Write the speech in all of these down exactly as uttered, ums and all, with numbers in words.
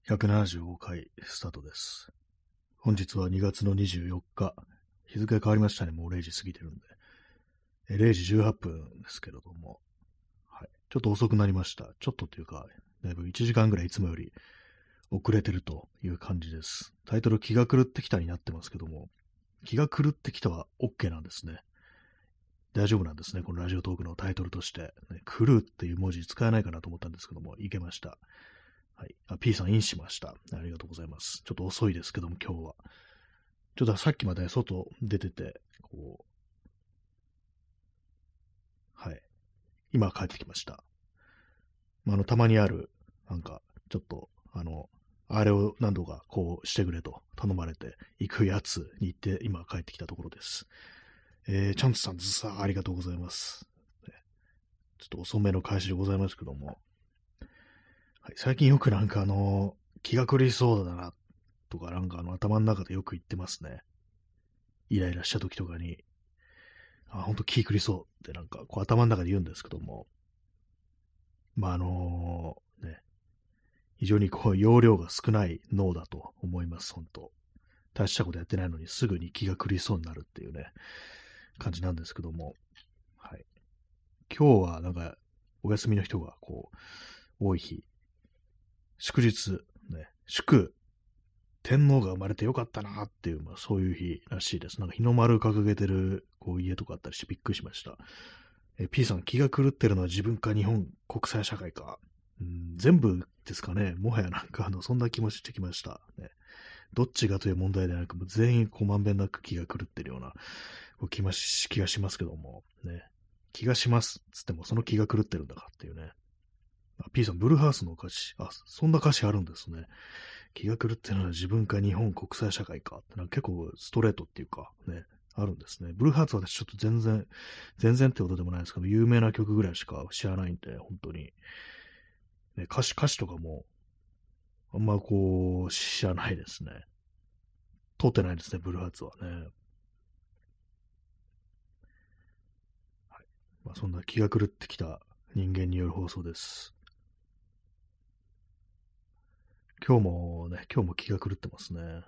ひゃくななじゅうごかいスタートです。本日はにがつのにじゅうよっか、日付が変わりましたね。もうれいじ過ぎてるんで。えれいじじゅうはっぷんですけれども、はい、ちょっと遅くなりました。ちょっとというか、だいぶいちじかんぐらいいつもより遅れてるという感じです。タイトル気が狂ってきたになってますけども、気が狂ってきたは OK なんですね。大丈夫なんですね。このラジオトークのタイトルとして。ね、狂うっていう文字使えないかなと思ったんですけども、いけました。はい。あ、P さんインしました。ありがとうございます。ちょっと遅いですけども、今日は。ちょっとさっきまで外出てて、こう、はい。今帰ってきました。まあ、あの、たまにある、なんか、ちょっと、あの、あれを何度かこうしてくれと頼まれて行くやつに行って今帰ってきたところです。えー、チャンツさんずさありがとうございます。ちょっと遅めの開始でございますけども、はい、最近よくなんかあの、気が狂いそうだなとかなんかあの頭の中でよく言ってますね。イライラした時とかに、あ、ほんと気狂いそうってなんかこう頭の中で言うんですけども、まああのね、非常にこう容量が少ない脳だと思います、本当。大したことやってないのにすぐに気が狂いそうになるっていうね、感じなんですけども、はい。今日はなんかお休みの人がこう、多い日、祝日、ね、祝天皇が生まれてよかったなっていう、まあ、そういう日らしいです。なんか日の丸掲げてるこう家とかあったりしてびっくりしました。え P さん、気が狂ってるのは自分か日本国際社会か。うん、全部ですかね。もはやなんかあの、そんな気もしてきました。ね、どっちがという問題ではなく、もう全員こうまんべんなく気が狂ってるようなこう気まし気がしますけども、ね。気がしますつってもその気が狂ってるんだかっていうね。あ P さん、ブルーハウスの歌詞。あ、そんな歌詞あるんですね。気が狂ってるのは自分か日本国際社会かってなんか結構ストレートっていうかね、あるんですね。ブルーハーツは私ちょっと全然、全然ってことでもないですけど、有名な曲ぐらいしか知らないんで、本当に。ね、歌詞、歌詞とかも、あんまこう、知らないですね。通ってないですね、ブルーハーツはね。はい。まあ、そんな気が狂ってきた人間による放送です。今日もね、今日も気が狂ってますね。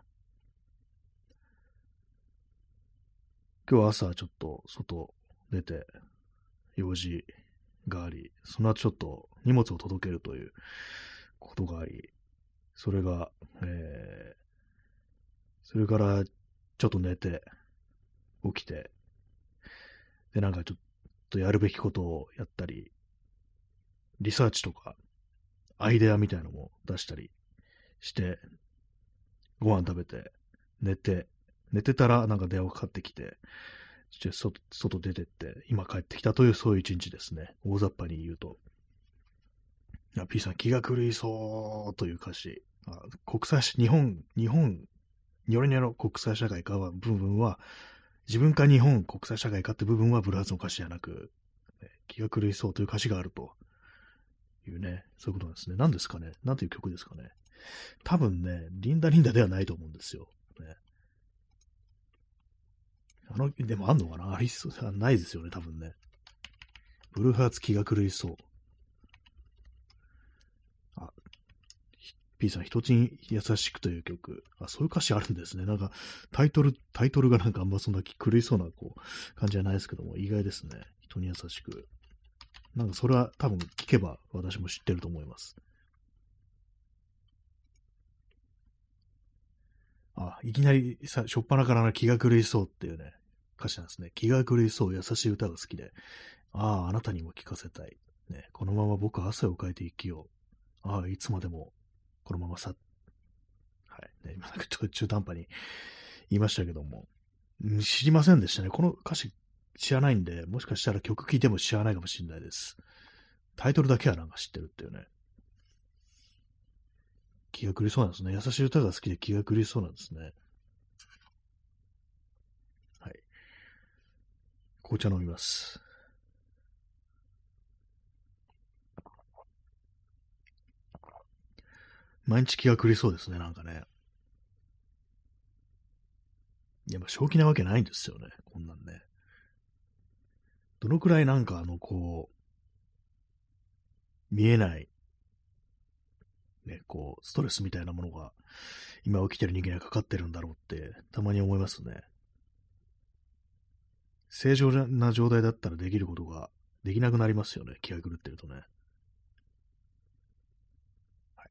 今日朝ちょっと外出て用事があり、その後ちょっと荷物を届けるということがあり、それが、えー、それからちょっと寝て、起きて、で、なんかちょっとやるべきことをやったり、リサーチとか、アイデアみたいなのも出したりして、ご飯食べて、寝て、寝てたらなんか電話かかってきて、外外出てって、今帰ってきたというそういう一日ですね。大雑把に言うと。P さん、気が狂いそうという歌詞。あ、国際、日本、日本、ニョロニョロ国際社会かは部分は、自分か日本国際社会かって部分はブルーハーツの歌詞じゃなく、ね、気が狂いそうという歌詞があるというね、そういうことなんですね。何ですかね、なんていう曲ですかね。多分ね、リンダリンダではないと思うんですよ。ね、あの、でもあんのかな、ありそう、ないですよね、多分ね。ブルーハーツ気が狂いそう。あ、P さん、人に優しくという曲。あ、そういう歌詞あるんですね。なんか、タイトル、タイトルがなんかあんまそんな狂いそうな、こう、感じじゃないですけども、意外ですね。人に優しく。なんかそれは多分聞けば私も知ってると思います。あ、いきなりさ、しょっぱなからな気が狂いそうっていうね、歌詞なんですね。気が狂いそう、優しい歌が好きで。ああ、あなたにも聞かせたい。ね、このまま僕は汗をかいて生きよう。ああ、いつまでも、このままさ、はい。ね、今なんかちょっと中途半端に言いましたけども、うん、知りませんでしたね。この歌詞知らないんで、もしかしたら曲聴いても知らないかもしれないです。タイトルだけはなんか知ってるっていうね。気が狂いそうなんですね。優しい歌が好きで気が狂いそうなんですね。はい。紅茶飲みます。毎日気が狂いそうですね、なんかね。いや、まあ、正気なわけないんですよね、こんなんね。どのくらいなんかあの、こう、見えない、 ね、こう、ストレスみたいなものが、今起きてる人間にはかかってるんだろうって、たまに思いますね。正常な状態だったらできることができなくなりますよね。気が狂ってるとね。はい、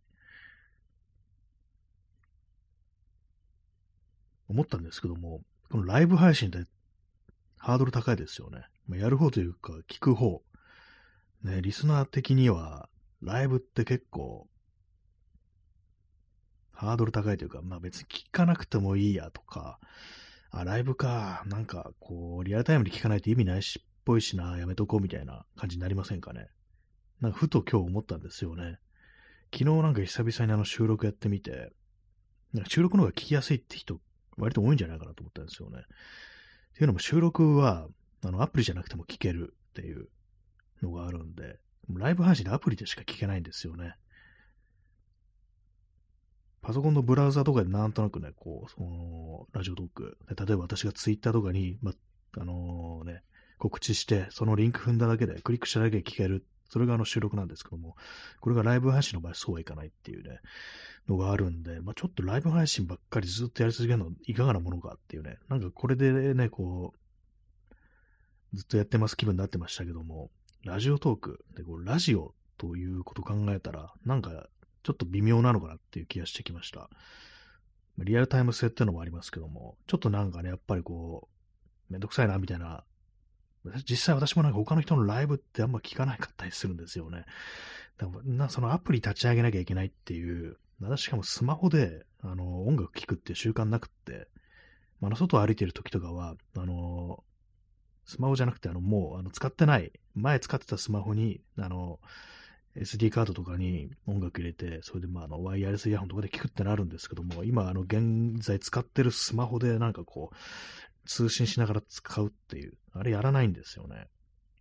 思ったんですけども、このライブ配信ってハードル高いですよね。まあ、やる方というか、聞く方。ね、リスナー的には、ライブって結構、ハードル高いというか、まあ別に聞かなくてもいいやとか、あ、ライブか、なんかこう、リアルタイムで聞かないと意味ないしっぽいしな、やめとこうみたいな感じになりませんかね。なんかふと今日思ったんですよね。昨日なんか久々にあの収録やってみて、なんか収録の方が聞きやすいって人、割と多いんじゃないかなと思ったんですよね。っていうのも収録は、あの、アプリじゃなくても聞けるっていうのがあるんで、ライブ配信でアプリでしか聞けないんですよね。パソコンのブラウザとかでなんとなくね、こう、その、ラジオトーク、例えば私がツイッターとかに、ま、あのーね、告知して、そのリンク踏んだだけで、クリックしただけで聞ける。それがあの収録なんですけども、これがライブ配信の場合そうはいかないっていうね、のがあるんで、まあ、ちょっとライブ配信ばっかりずっとやり続けるのいかがなものかっていうね、なんかこれでね、こう、ずっとやってます気分になってましたけども、ラジオトークでこう、ラジオということを考えたら、なんかちょっと微妙なのかなっていう気がしてきました。リアルタイム性っていうのもありますけども、ちょっとなんかね、やっぱりこう、めんどくさいなみたいな、実際私もなんか他の人のライブってあんま聞かなかったりするんですよね。だからなそのアプリ立ち上げなきゃいけないっていう、私しかもスマホであの音楽聴くっていう習慣なくって、あの外を歩いてる時とかは、あのスマホじゃなくて、あのもうあの使ってない、前使ってたスマホに、あの エスディー カードとかに音楽入れて、それでまああのワイヤレスイヤホンとかで聞くってなるんですけども、今あの現在使ってるスマホでなんかこう、通信しながら使うっていう、あれやらないんですよね。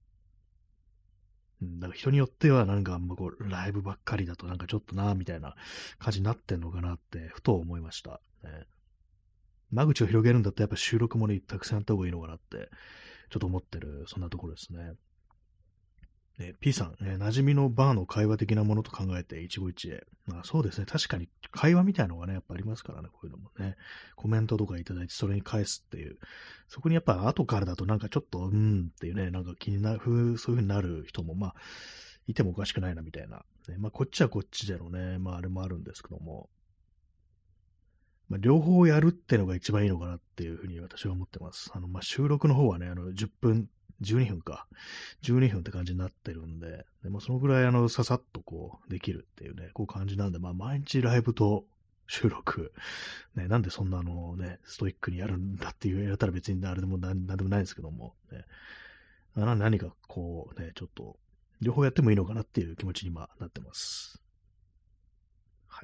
うん、だから人によってはなんかあんまこう、ライブばっかりだとなんかちょっとな、みたいな感じになってんのかなって、ふと思いました。ね、間口を広げるんだったらやっぱ収録もね、たくさんやった方がいいのかなって、ちょっと思ってる、そんなところですね。えー、P さん、えー、馴染みのバーの会話的なものと考えて一期一会。まあそうですね。確かに会話みたいなのがね、やっぱありますからね、こういうのもね。コメントとかいただいてそれに返すっていう。そこにやっぱ後からだとなんかちょっと、うーんっていうね、なんか気になる、そういう風になる人もまあ、いてもおかしくないなみたいな。ね、まあこっちはこっちでのね、まああれもあるんですけども。まあ、両方やるってのが一番いいのかなっていうふうに私は思ってます。あの、まあ、収録の方はね、あの、じゅっぷん、じゅうにふんか。じゅうにふんって感じになってるんで、でもそのぐらいあの、ささっとこう、できるっていうね、こう感じなんで、まあ、毎日ライブと収録、ね、なんでそんなあのね、ストイックにやるんだっていう、やったら別にあれでもなんなんでもないんですけども、ね、あ何かこうね、ちょっと、両方やってもいいのかなっていう気持ちに今なってます。はい。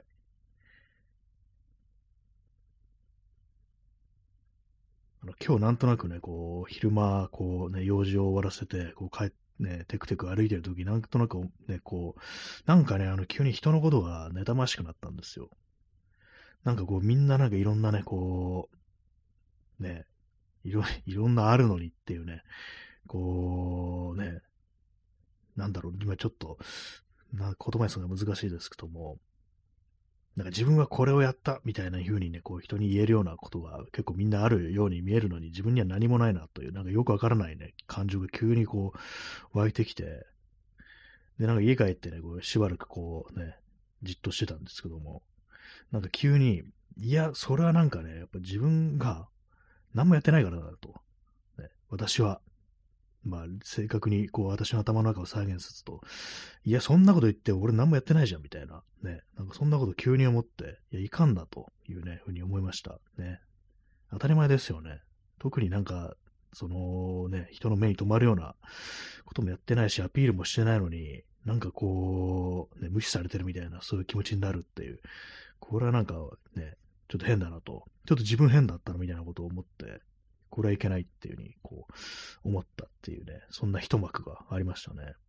あの今日なんとなくね、こう、昼間、こうね、用事を終わらせて、こう帰って、ね、テクテク歩いてるとき、なんとなくね、こう、なんかね、あの、急に人のことが妬ましくなったんですよ。なんかこう、みんななんかいろんなね、こう、ね、いろ、いろんなあるのにっていうね、こう、ね、なんだろう、今ちょっと、な言葉にするのが難しいですけども、なんか自分はこれをやったみたいな風にね、こう人に言えるようなことが結構みんなあるように見えるのに自分には何もないなという、なんかよくわからないね、感情が急にこう湧いてきて、で、なんか家帰ってね、こうしばらくこうね、じっとしてたんですけども、なんか急に、いや、それはなんかね、やっぱ自分が何もやってないからだと。ね、私はまあ、正確にこう私の頭の中を再現すると、いや、そんなこと言って俺何もやってないじゃんみたいな、ね、なんかそんなこと急に思って、いや、いかんなというね、ふうに思いました。ね。当たり前ですよね。特になんか、そのね、人の目に留まるようなこともやってないし、アピールもしてないのに、なんかこう、ね、無視されてるみたいな、そういう気持ちになるっていう、これはなんかね、ちょっと変だなと、ちょっと自分変だったなみたいなことを思って、これはいけないっていうふうに、こう、思ったっていうね、そんな一幕がありましたね。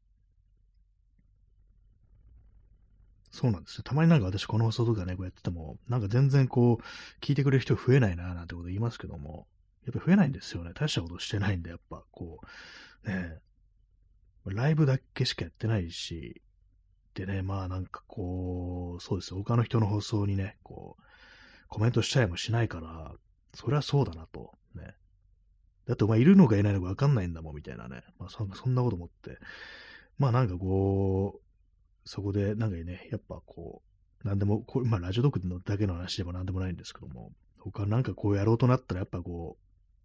そうなんですよ。たまになんか私この放送とかね、こうやってても、なんか全然こう、聞いてくれる人増えないな、なんてこと言いますけども、やっぱ増えないんですよね。大したことしてないんで、やっぱこう、ね、ライブだけしかやってないし、っってね、まあなんかこう、そうですよ、他の人の放送にね、こう、コメントしちゃいもしないから、それはそうだなと、ね。だってお前いるのかいないのかわかんないんだもん、みたいなね。まあそそんなこと思って、まあなんかこう、そこでなんかね、やっぱこう、なんでも、これまあラジオトークのだけの話でもなんでもないんですけども、他なんかこうやろうとなったらやっぱこう、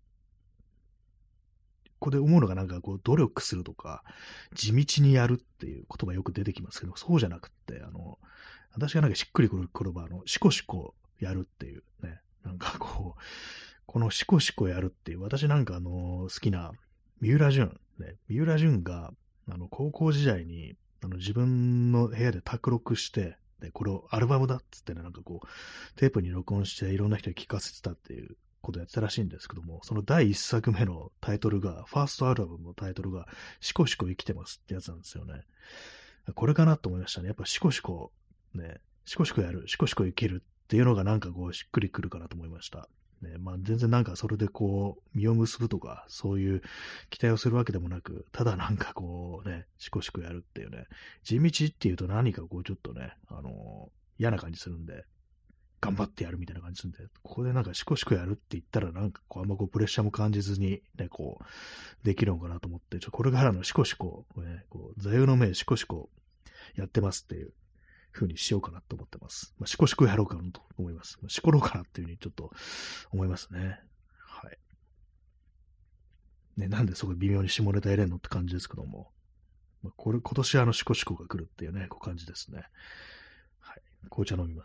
ここで思うのがなんかこう努力するとか、地道にやるっていう言葉よく出てきますけど、そうじゃなくって、あの、私がなんかしっくりくる言葉、あの、しこしこやるっていうね、なんかこう、このしこしこやるっていう、私なんかあの、好きな三浦淳、ね、三浦淳が、あの、高校時代に、あの、自分の部屋で卓録して、で、これをアルバムだっつってね、なんかこう、テープに録音していろんな人に聞かせてたっていうことやってたらしいんですけども、そのだいいっさくめのタイトルが、ファーストアルバムのタイトルが、しこしこ生きてますってやつなんですよね。これかなと思いましたね。やっぱしこしこ、ね、しこしこやる、しこしこ生きるっていうのがなんかこう、しっくりくるかなと思いました。ね、まあ全然なんかそれでこう、実を結ぶとか、そういう期待をするわけでもなく、ただなんかこうね、しこしこやるっていうね、地道っていうと何かこうちょっとね、あのー嫌な感じするんで、頑張ってやるみたいな感じするんで、ここでなんかしこしこやるって言ったらなんかこうあんまこうプレッシャーも感じずにね、こう、できるのかなと思って、ちょこれからのしこしこ、ね、こう座右の銘しこしこやってますっていう風にしようかなと思ってます。まあ、しこしこやろうかなと思います。まあ、しころうかなっていう風にちょっと思いますね。はい。ね、なんでそこ微妙に下ネタ入れんのって感じですけども。まあ、これ、今年あのしこしこが来るっていうね、こう感じですね。はい。紅茶飲みます。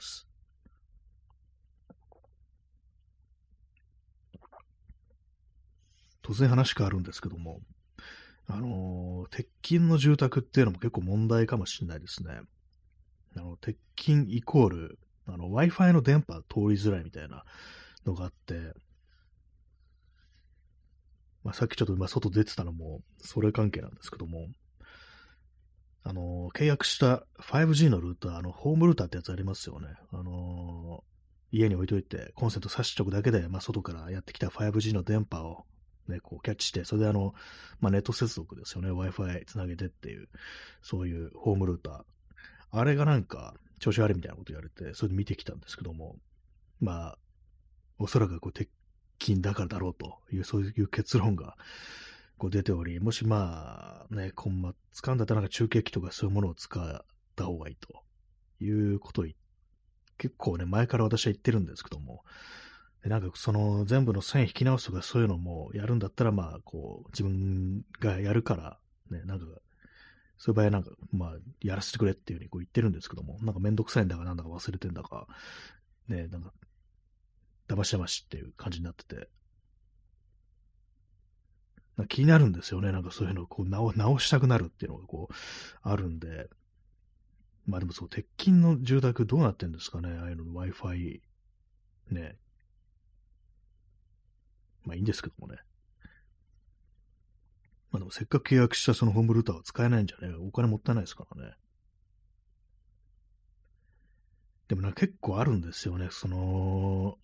突然話変わるんですけども、あのー鉄筋の住宅っていうのも結構問題かもしれないですね。あの、鉄筋イコール、あの、Wi-Fi の電波通りづらいみたいなのがあって、まあ、さっきちょっと今外出てたのも、それ関係なんですけども、あの、契約した ファイブジー のルーター、あの、ホームルーターってやつありますよね。あの家に置いといて、コンセント挿しとくだけで、まあ、外からやってきた ファイブジー の電波を、ね、こうキャッチして、それであの、まあ、ネット接続ですよね。Wi-Fi つなげてっていう、そういうホームルーター。あれがなんか、調子悪いみたいなこと言われて、それで見てきたんですけども、まあ、おそらくこう、鉄筋だからだろうという、そういう結論がこう出ており、もしまあ、ね、こんま、使うんだったらなんか中継機とかそういうものを使った方がいいということを結構ね、前から私は言ってるんですけども、でなんかその全部の線引き直すとかそういうのもやるんだったら、まあ、こう、自分がやるから、ね、なんか、そういう場合はなんか、まあ、やらせてくれっていうふうにこう言ってるんですけども、なんかめんどくさいんだかなんだか忘れてんだか、ね、なんか、騙し騙しっていう感じになってて、なんか気になるんですよね。なんかそういうのをこう直直したくなるっていうのがこう、あるんで、まあでもそう、鉄筋の住宅どうなってんですかね、ああいうの Wi-Fi ね。まあいいんですけどもね。まあでもせっかく契約したそのホームルーターは使えないんじゃねお金もったいないですからね。でもなんか結構あるんですよね。その、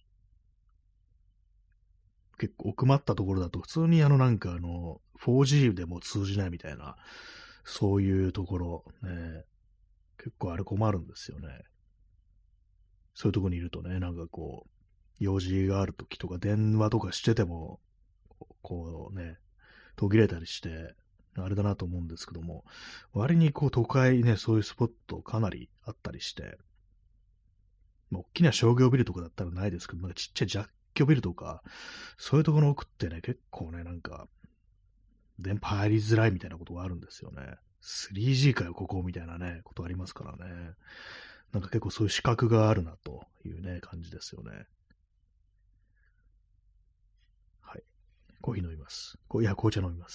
結構奥まったところだと普通にあのなんかあの フォージー でも通じないみたいな、そういうところね、結構あれ困るんですよね。そういうところにいるとね、なんかこう、用事があるときとか電話とかしてても、こうね、途切れたりして、あれだなと思うんですけども、割にこう都会ね、そういうスポットかなりあったりして、まあ、大きな商業ビルとかだったらないですけど、なんかちっちゃい雑居ビルとか、そういうところの奥ってね、結構ね、なんか、電波入りづらいみたいなことがあるんですよね。スリージー かよ、ここみたいなね、ことありますからね。なんか結構そういう資格があるなというね、感じですよね。はい。コーヒー飲みます。こいや、紅茶飲みます。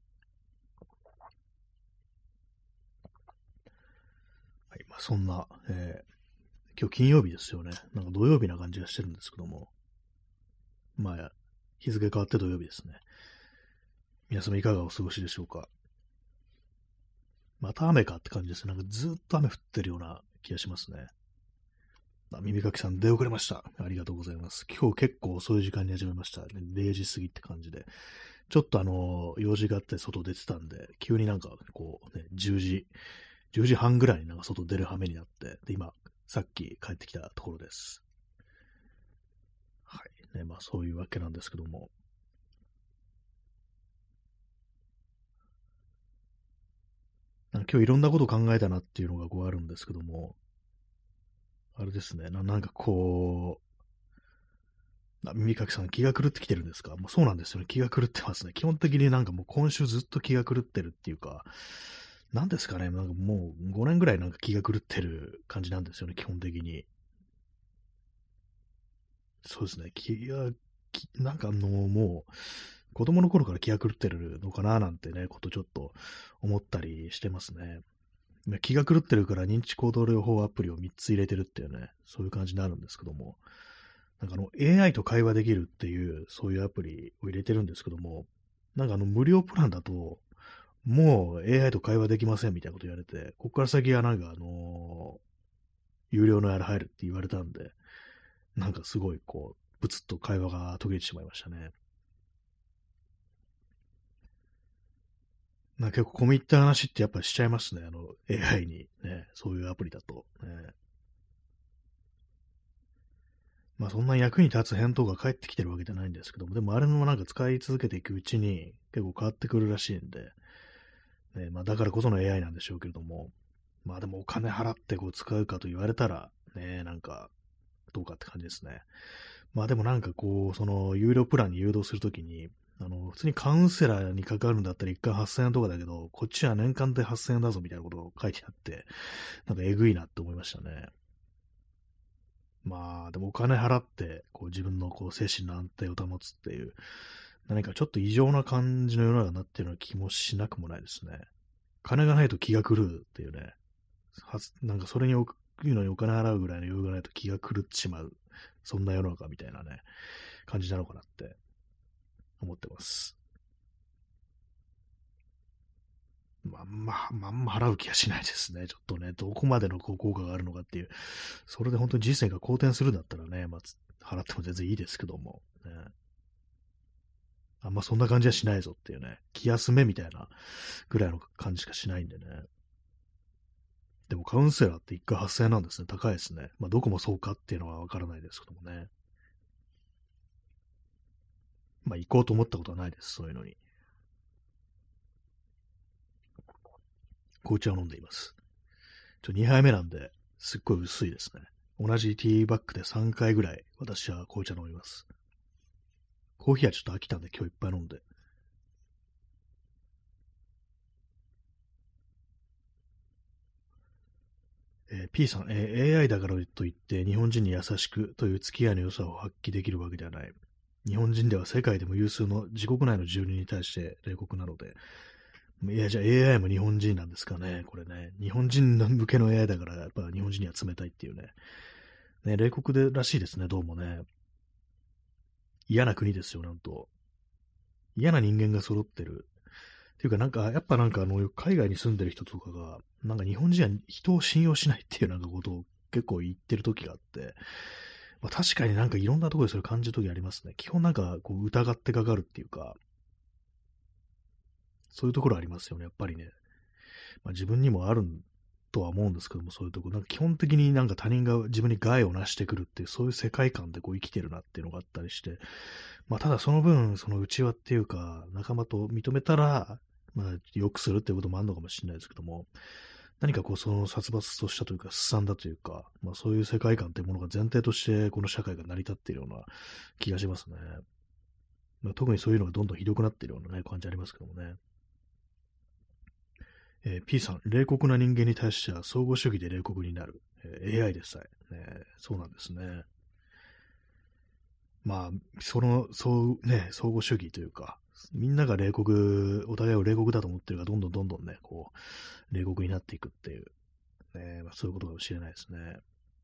はい。まあ、そんな、えー今日金曜日ですよね。なんか土曜日な感じがしてるんですけども。まあ、日付変わって土曜日ですね。皆様いかがお過ごしでしょうか。また雨かって感じです。なんかずっと雨降ってるような気がしますね。あ、耳かきさん出遅れました。ありがとうございます。今日結構遅い時間に始めました。れいじ過ぎって感じで。ちょっとあの、用事があって外出てたんで、急になんかこうね、じゅうじじゅうじはんぐらいになんか外出る羽目になって、で、今、さっき帰ってきたところです。はい。ね、まあそういうわけなんですけども。なんか今日いろんなこと考えたなっていうのがこうあるんですけども、あれですね、な、なんかこう、あ耳かきさん気が狂ってきてるんですか？もうそうなんですよね。気が狂ってますね。基本的になんかもう今週ずっと気が狂ってるっていうか、なんですかね、なんかもうごねんぐらいなんか気が狂ってる感じなんですよね、基本的に。そうですね、気が、きなんかあの、もう、子供の頃から気が狂ってるのかななんてね、ことちょっと思ったりしてますね。気が狂ってるから認知行動療法アプリをみっつ入れてるっていうね、そういう感じになるんですけども、なんかあの エーアイ と会話できるっていう、そういうアプリを入れてるんですけども、なんかあの無料プランだと、もう エーアイ と会話できませんみたいなこと言われて、ここから先はなんかあのー有料のやら入るって言われたんで、なんかすごいこう、ブツッと会話が途切れてしまいましたね。なんか結構込み入った話ってやっぱしちゃいますね。あの エーアイ にね、そういうアプリだと、ね。まあそんな役に立つ返答が返ってきてるわけじゃないんですけども、でもあれもなんか使い続けていくうちに結構変わってくるらしいんで、ね、まあだからこその エーアイ なんでしょうけれども、まあでもお金払ってこう使うかと言われたら、ね、なんかどうかって感じですね。まあでもなんかこう、その有料プランに誘導するときに、あの、普通にカウンセラーにかかるんだったらいっかいはっせんえんとかだけど、こっちは年間ではっせんえんだぞみたいなことを書いてあって、なんかえぐいなって思いましたね。まあ、でもお金払って、こう自分のこう精神の安定を保つっていう、何かちょっと異常な感じの世の中になっているような気もしなくもないですね。金がないと気が狂うっていうね、はずなんかそれにおくいうのにお金払うぐらいの余裕がないと気が狂ってしまう、そんな世の中みたいなね、感じなのかなって思ってます。まあ、まあ、まあんま払う気がしないですね。ちょっとね、どこまでのこう効果があるのかっていう、それで本当に人生が好転するんだったらね、まあ、払っても全然いいですけども、ね、あんまそんな感じはしないぞっていうね、気休めみたいなぐらいの感じしかしないんでね。でもカウンセラーっていっかいはっせんえんなんですね。高いですね。まあどこもそうかっていうのはわからないですけどもね。まあ行こうと思ったことはないです。そういうのに。紅茶を飲んでいます。ちょ、にはいめなんで、すっごい薄いですね。同じティーバッグでさんかいぐらい私は紅茶飲みます。コーヒーはちょっと飽きたんで今日いっぱい飲んで。えー P さん、えー エーアイ だからといって日本人に優しくという付き合いの良さを発揮できるわけではない。日本人では世界でも有数の自国内の住人に対して冷酷なので、いや、じゃあ エーアイ も日本人なんですかね、これね。日本人向けの エーアイ だから、やっぱ日本人には冷たいっていうね。ね、冷酷でらしいですね、どうもね。嫌な国ですよ、なんと。嫌な人間が揃ってる。っていうか、なんか、やっぱなんかあの、海外に住んでる人とかが、なんか日本人は人を信用しないっていうなんかことを結構言ってる時があって、まあ、確かになんかいろんなところでそれ感じる時ありますね。基本なんかこう疑ってかかるっていうか、そういうところありますよね、やっぱりね。まあ、自分にもあるとは思うんですけども、そういうところ、なんか基本的になんか他人が自分に害をなしてくるっていう、そういう世界観でこう生きてるなっていうのがあったりして、まあ、ただその分、その内輪っていうか、仲間と認めたら、まあ、良くするっていうこともあるのかもしれないですけども、何かこう、その殺伐としたというか、すさんだというか、まあ、そういう世界観っていうものが前提として、この社会が成り立っているような気がしますね。まあ、特にそういうのがどんどんひどくなっているような、ね、感じありますけどもね。えー P さん、冷酷な人間に対しては相互主義で冷酷になる。えー エーアイ でさえ、ね。そうなんですね。まあ、その、そうね、相互主義というか、みんなが冷酷、お互いを冷酷だと思ってるが、どんどんどんどんね、こう、冷酷になっていくっていう、ね、まあ、そういうことかもしれないですね。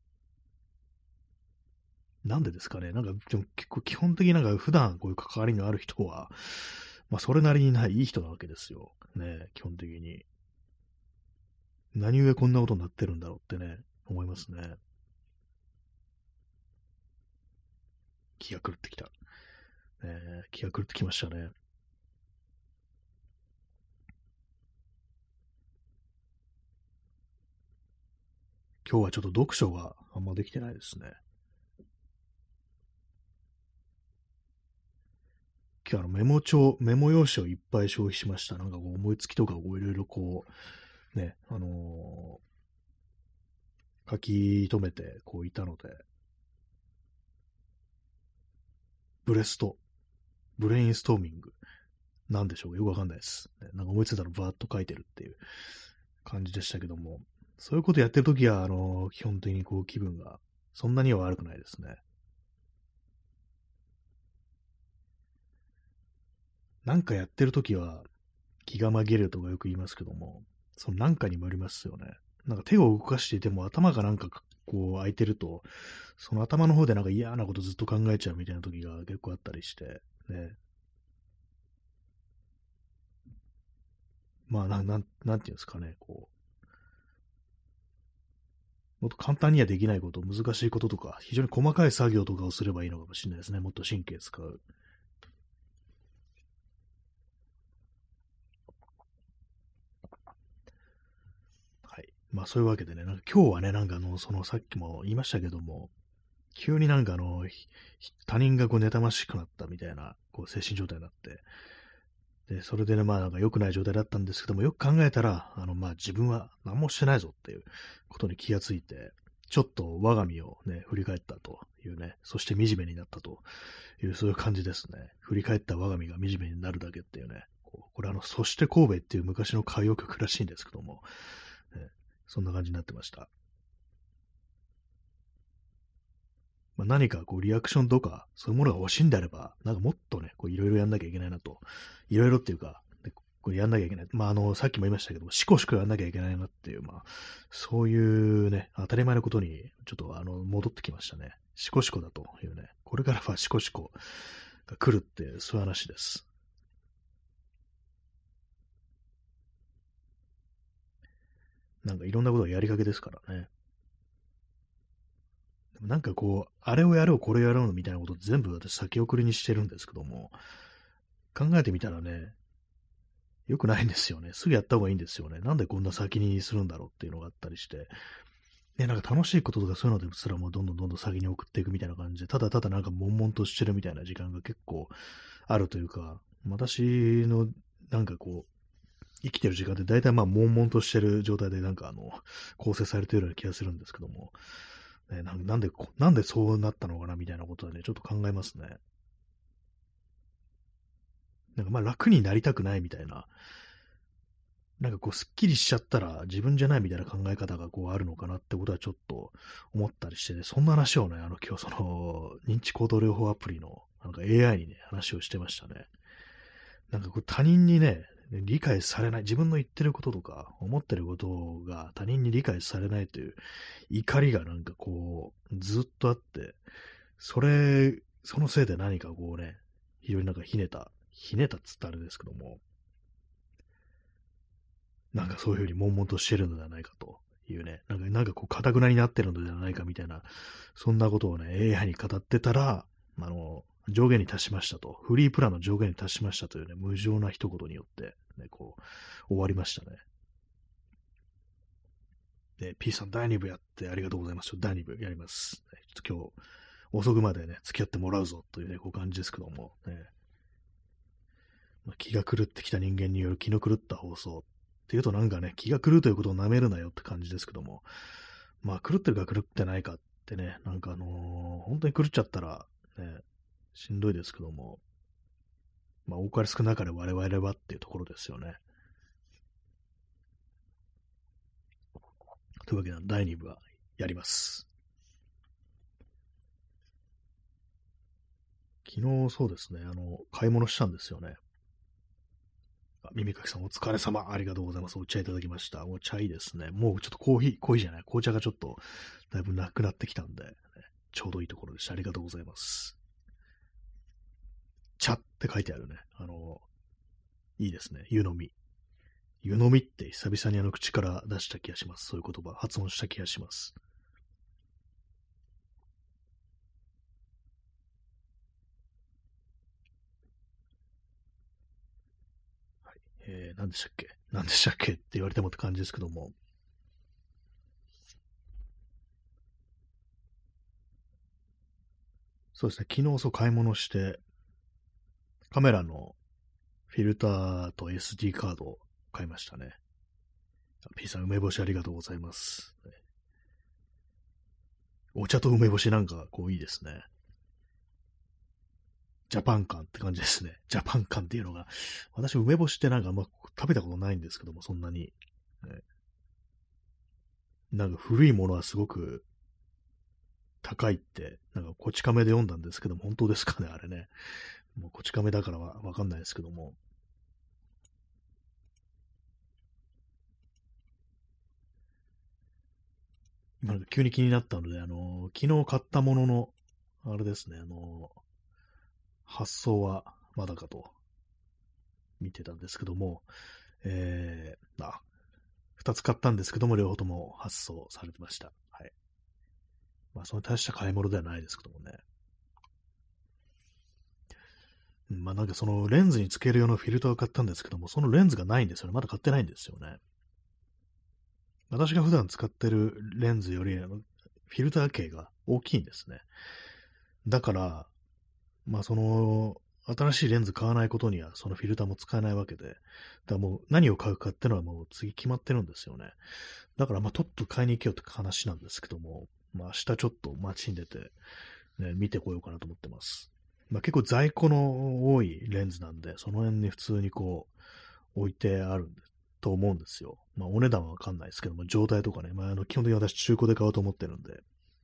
なんでですかね。なんか、でも結構基本的になんか普段こういう関わりのある人は、まあ、それなりにないいい人なわけですよ。ね、基本的に。何故こんなことになってるんだろうってね、思いますね。気が狂ってきた。えー気が狂ってきましたね。 今日はちょっと読書があんまできてないですね。今日あのメモ帳、メモ用紙をいっぱい消費しました。なんかこう思いつきとかをいろいろこう、ね、あのー書き留めてこういたので、ブレスト、ブレインストーミング、なんでしょうかよくわかんないです。ねなんか思いついたらバーッと書いてるっていう感じでしたけども、そういうことやってるときは、あのー基本的にこう気分がそんなには悪くないですね。なんかやってるときは気が紛れるとかよく言いますけども、そのなんかにもよりますよね。なんか手を動かしていても頭がなんかこう空いてると、その頭の方でなんか嫌なことずっと考えちゃうみたいな時が結構あったりして、ね。まあ、なん、なん、なんていうんですかね、こう、もっと簡単にはできないこと、難しいこととか、非常に細かい作業とかをすればいいのかもしれないですね。もっと神経使う。はい。まあそういうわけでね、なんか今日はね、なんかあの、そのさっきも言いましたけども、急になんかあの、他人がこう妬ましくなったみたいな、こう精神状態になって、で、それでね、まあなんか良くない状態だったんですけども、よく考えたら、あの、まあ自分は何もしてないぞっていうことに気がついて、ちょっと我が身をね、振り返ったというね、そして惨めになったという、そういう感じですね。振り返った我が身が惨めになるだけっていうね、こうこれあの、そして神戸っていう昔の歌謡曲らしいんですけども、ね、そんな感じになってました。まあ、何かこうリアクションとか、そういうものが欲しいんであれば、なんかもっとね、こういろいろやんなきゃいけないなと。いろいろっていうか、ねこうやんなきゃいけない。まあ、あの、さっきも言いましたけども、しこしこやんなきゃいけないなっていう、まあ、そういうね、当たり前のことに、ちょっとあの、戻ってきましたね。しこしこだというね。これからはしこしこが来るって、そういう話です。なんかいろんなことがやりかけですからね。でもなんかこう、あれをやろう、これをやろうみたいなこと全部私先送りにしてるんですけども、考えてみたらね、良くないんですよね。すぐやった方がいいんですよね。なんでこんな先にするんだろうっていうのがあったりして。ね、なんか楽しいこととかそういうのですらもうどんどんどんどん先に送っていくみたいな感じで、ただただなんか悶々としてるみたいな時間が結構あるというか、私のなんかこう、生きてる時間って大体まあ悶々としてる状態でなんかあの、構成されてるような気がするんですけども、ね、なんなんでこ、なんでそうなったのかなみたいなことはね、ちょっと考えますね。なんかまあ楽になりたくないみたいな、なんかこう、すっきりしちゃったら自分じゃないみたいな考え方がこうあるのかなってことはちょっと思ったりしてね、そんな話をね、あの今日その認知行動療法アプリのなんか エーアイ にね、話をしてましたね。なんかこう他人にね、理解されない、自分の言ってることとか思ってることが他人に理解されないという怒りがなんかこうずっとあって、それ、そのせいで何かこうね、非常になんかひねた、ひねたっつったらあれですけども、なんかそういうふうに悶々としてるのではないかというね、なんか、なんかこう、かたくなになってるのではないかみたいな、そんなことをね、エーアイ に語ってたら、あの、上限に達しましたと、フリープランの上限に達しましたというね、無情な一言によって、ね、こう、終わりましたね。で、P さんだいに部やってありがとうございます。だいに部やります。ねちょっと今日、遅くまでね、付き合ってもらうぞというね、こう感じですけども、ね、まあ、気が狂ってきた人間による気の狂った放送っていうとなんかね、気が狂うということを舐めるなよって感じですけども、まあ狂ってるか狂ってないかってね、なんかあのー本当に狂っちゃったらね、しんどいですけども、まあ多かれ少なかれ我々はっていうところですよね。というわけでだいに部はやります。昨日そうですね、あの、買い物したんですよね。あ耳かきさんお疲れ様。ありがとうございます。お茶いただきました。お茶いいですね。もうちょっとコーヒー、コーヒーじゃない、紅茶がちょっとだいぶなくなってきたんで、ね、ちょうどいいところでした。ありがとうございます。茶って書いてあるね。あの、いいですね。湯飲み。湯飲みって久々にあの口から出した気がします。そういう言葉、発音した気がします。はい。えー、何でしたっけ何でしたっけって言われてもって感じですけども。 そうですね、昨日そう買い物して、カメラのフィルターと エスディー カードを買いましたね。P さん、梅干しありがとうございます。お茶と梅干しなんか、こういいですね。ジャパン感って感じですね。ジャパン感っていうのが、私、梅干しってなんかあんま食べたことないんですけども、そんなに。ね、なんか古いものはすごく高いって、なんかこち亀で読んだんですけども、本当ですかね、あれね。もうこち亀だからはわかんないですけども。今なんか急に気になったので、あのー昨日買ったものの、あれですね、あのー発送はまだかと見てたんですけども、えー、あ、二つ買ったんですけども、両方とも発送されてました。はい。まあ、その大した買い物ではないですけどもね。うん、まあ、なんかそのレンズにつける用のフィルターを買ったんですけども、そのレンズがないんですよね。まだ買ってないんですよね。私が普段使ってるレンズより、あの、フィルター径が大きいんですね。だから、まあ、その、新しいレンズ買わないことには、そのフィルターも使えないわけで、だからもう何を買うかっていうのはもう次決まってるんですよね。だから、まあ、とっと買いに行けよって話なんですけども、まあ、明日ちょっと街に出て、ね、見てこようかなと思ってます。まあ、結構在庫の多いレンズなんで、その辺に普通にこう、置いてあるんでと思うんですよ。まあ、お値段はわかんないですけども、状態とかね、まあ、あの、基本的に私中古で買おうと思ってるんで、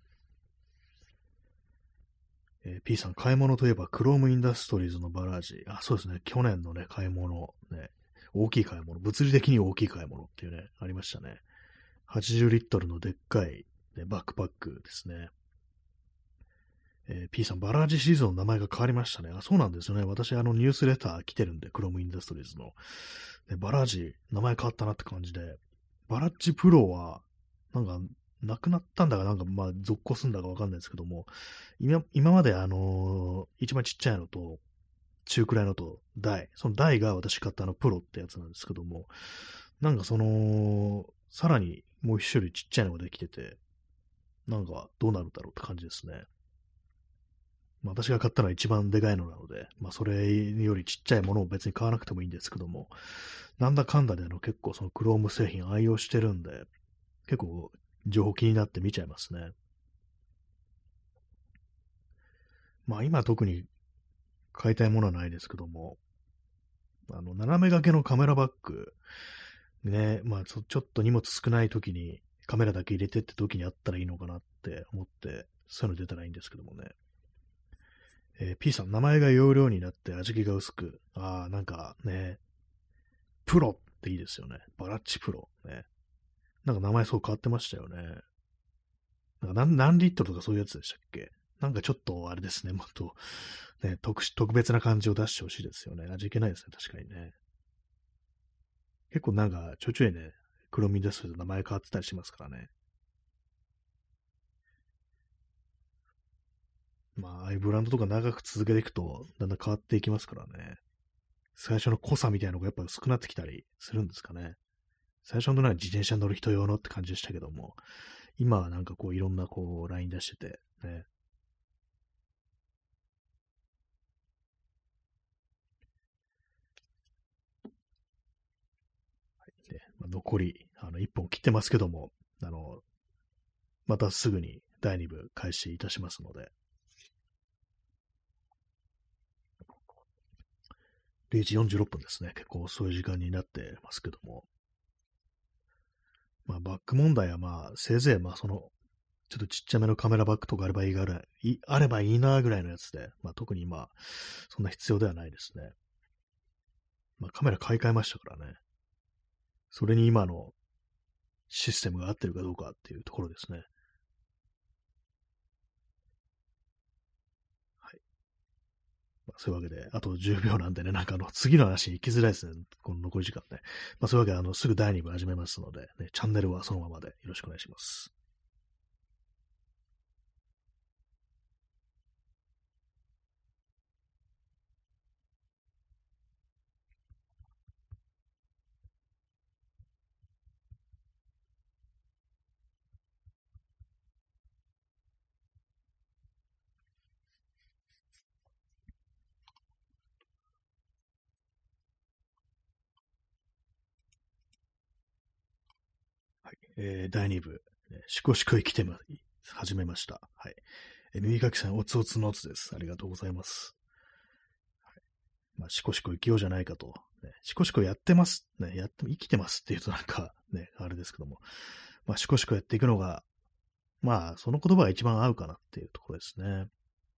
えー P さん、買い物といえば、クロームインダストリーズのバラージ。あ、そうですね。去年のね、買い物、ね、大きい買い物、物理的に大きい買い物っていうね、ありましたね。はちじゅうリットルのでっかい、ね、バックパックですね。えー P さん、バラージシリーズの名前が変わりましたね。あ、そうなんですよね。私、あの、ニュースレター来てるんで、クロームインダストリーズの。ね、バラージ、名前変わったなって感じで、バラッジプロは、なんか、なくなったんだか、なんか、まあ、続行するんだかわかんないですけども、今、今まであのー一番ちっちゃいのと、中くらいのと、大。その大が私買ったあの、プロってやつなんですけども、なんかその、さらにもう一種類ちっちゃいのができてて、なんかどうなるんだろうって感じですね。まあ、私が買ったのは一番でかいのなので、まあ、それよりちっちゃいものを別に買わなくてもいいんですけども、なんだかんだであの結構その Chrome 製品愛用してるんで、結構情報気になって見ちゃいますね。まあ今特に買いたいものはないですけども、あの、斜め掛けのカメラバッグ、ね、まあちょ、ちょっと荷物少ない時にカメラだけ入れてって時にあったらいいのかなって思って、そういうの出たらいいんですけどもね。えー P さん、名前が容量になって味気が薄く、ああ、なんかね、プロっていいですよね。バラッチプロ。ね。なんか名前そう変わってましたよね。なんか何何リットルとかそういうやつでしたっけ？なんかちょっとあれですね、もっと、ね、特殊、特別な感じを出してほしいですよね。味気ないですね、確かにね。結構なんかちょいちょいね、黒み出すと名前変わってたりしますからね。まあ、ああいうブランドとか長く続けていくと、だんだん変わっていきますからね。最初の濃さみたいなのがやっぱ薄くなってきたりするんですかね。最初のなんか自転車乗る人用のって感じでしたけども、今はなんかこういろんなこうライン出してて、ね。ねまあ、残り、あの、いっぽん切ってますけども、あの、またすぐにだいに部開始いたしますので、れいじよんじゅうろっぷんですね。結構遅い時間になってますけども、まあ、バック問題はまあ、せいぜいまあ、その、ちょっとちっちゃめのカメラバッグとかあればいいがらいあればいいなぐらいのやつで、まあ、特にまあ、そんな必要ではないですね。まあ、カメラ買い替えましたからね。それに今のシステムが合ってるかどうかっていうところですね。はい。まあ、そういうわけで、あとじゅうびょうなんでね、なんかあの、次の話に行きづらいですね。この残り時間ね。まあ、そういうわけで、あの、すぐだいに部始めますので、ね、チャンネルはそのままでよろしくお願いします。 えー、だいに部、ね、しこしこ生きてま、始めました。はい。えー、耳かきさん、おつおつのおつです。ありがとうございます。はい。まあ、しこしこ生きようじゃないかと。ね、しこしこやってます。ね、やって、生きてますって言うとなんか、ね、あれですけども。まあ、しこしこやっていくのが、まあ、その言葉が一番合うかなっていうところですね。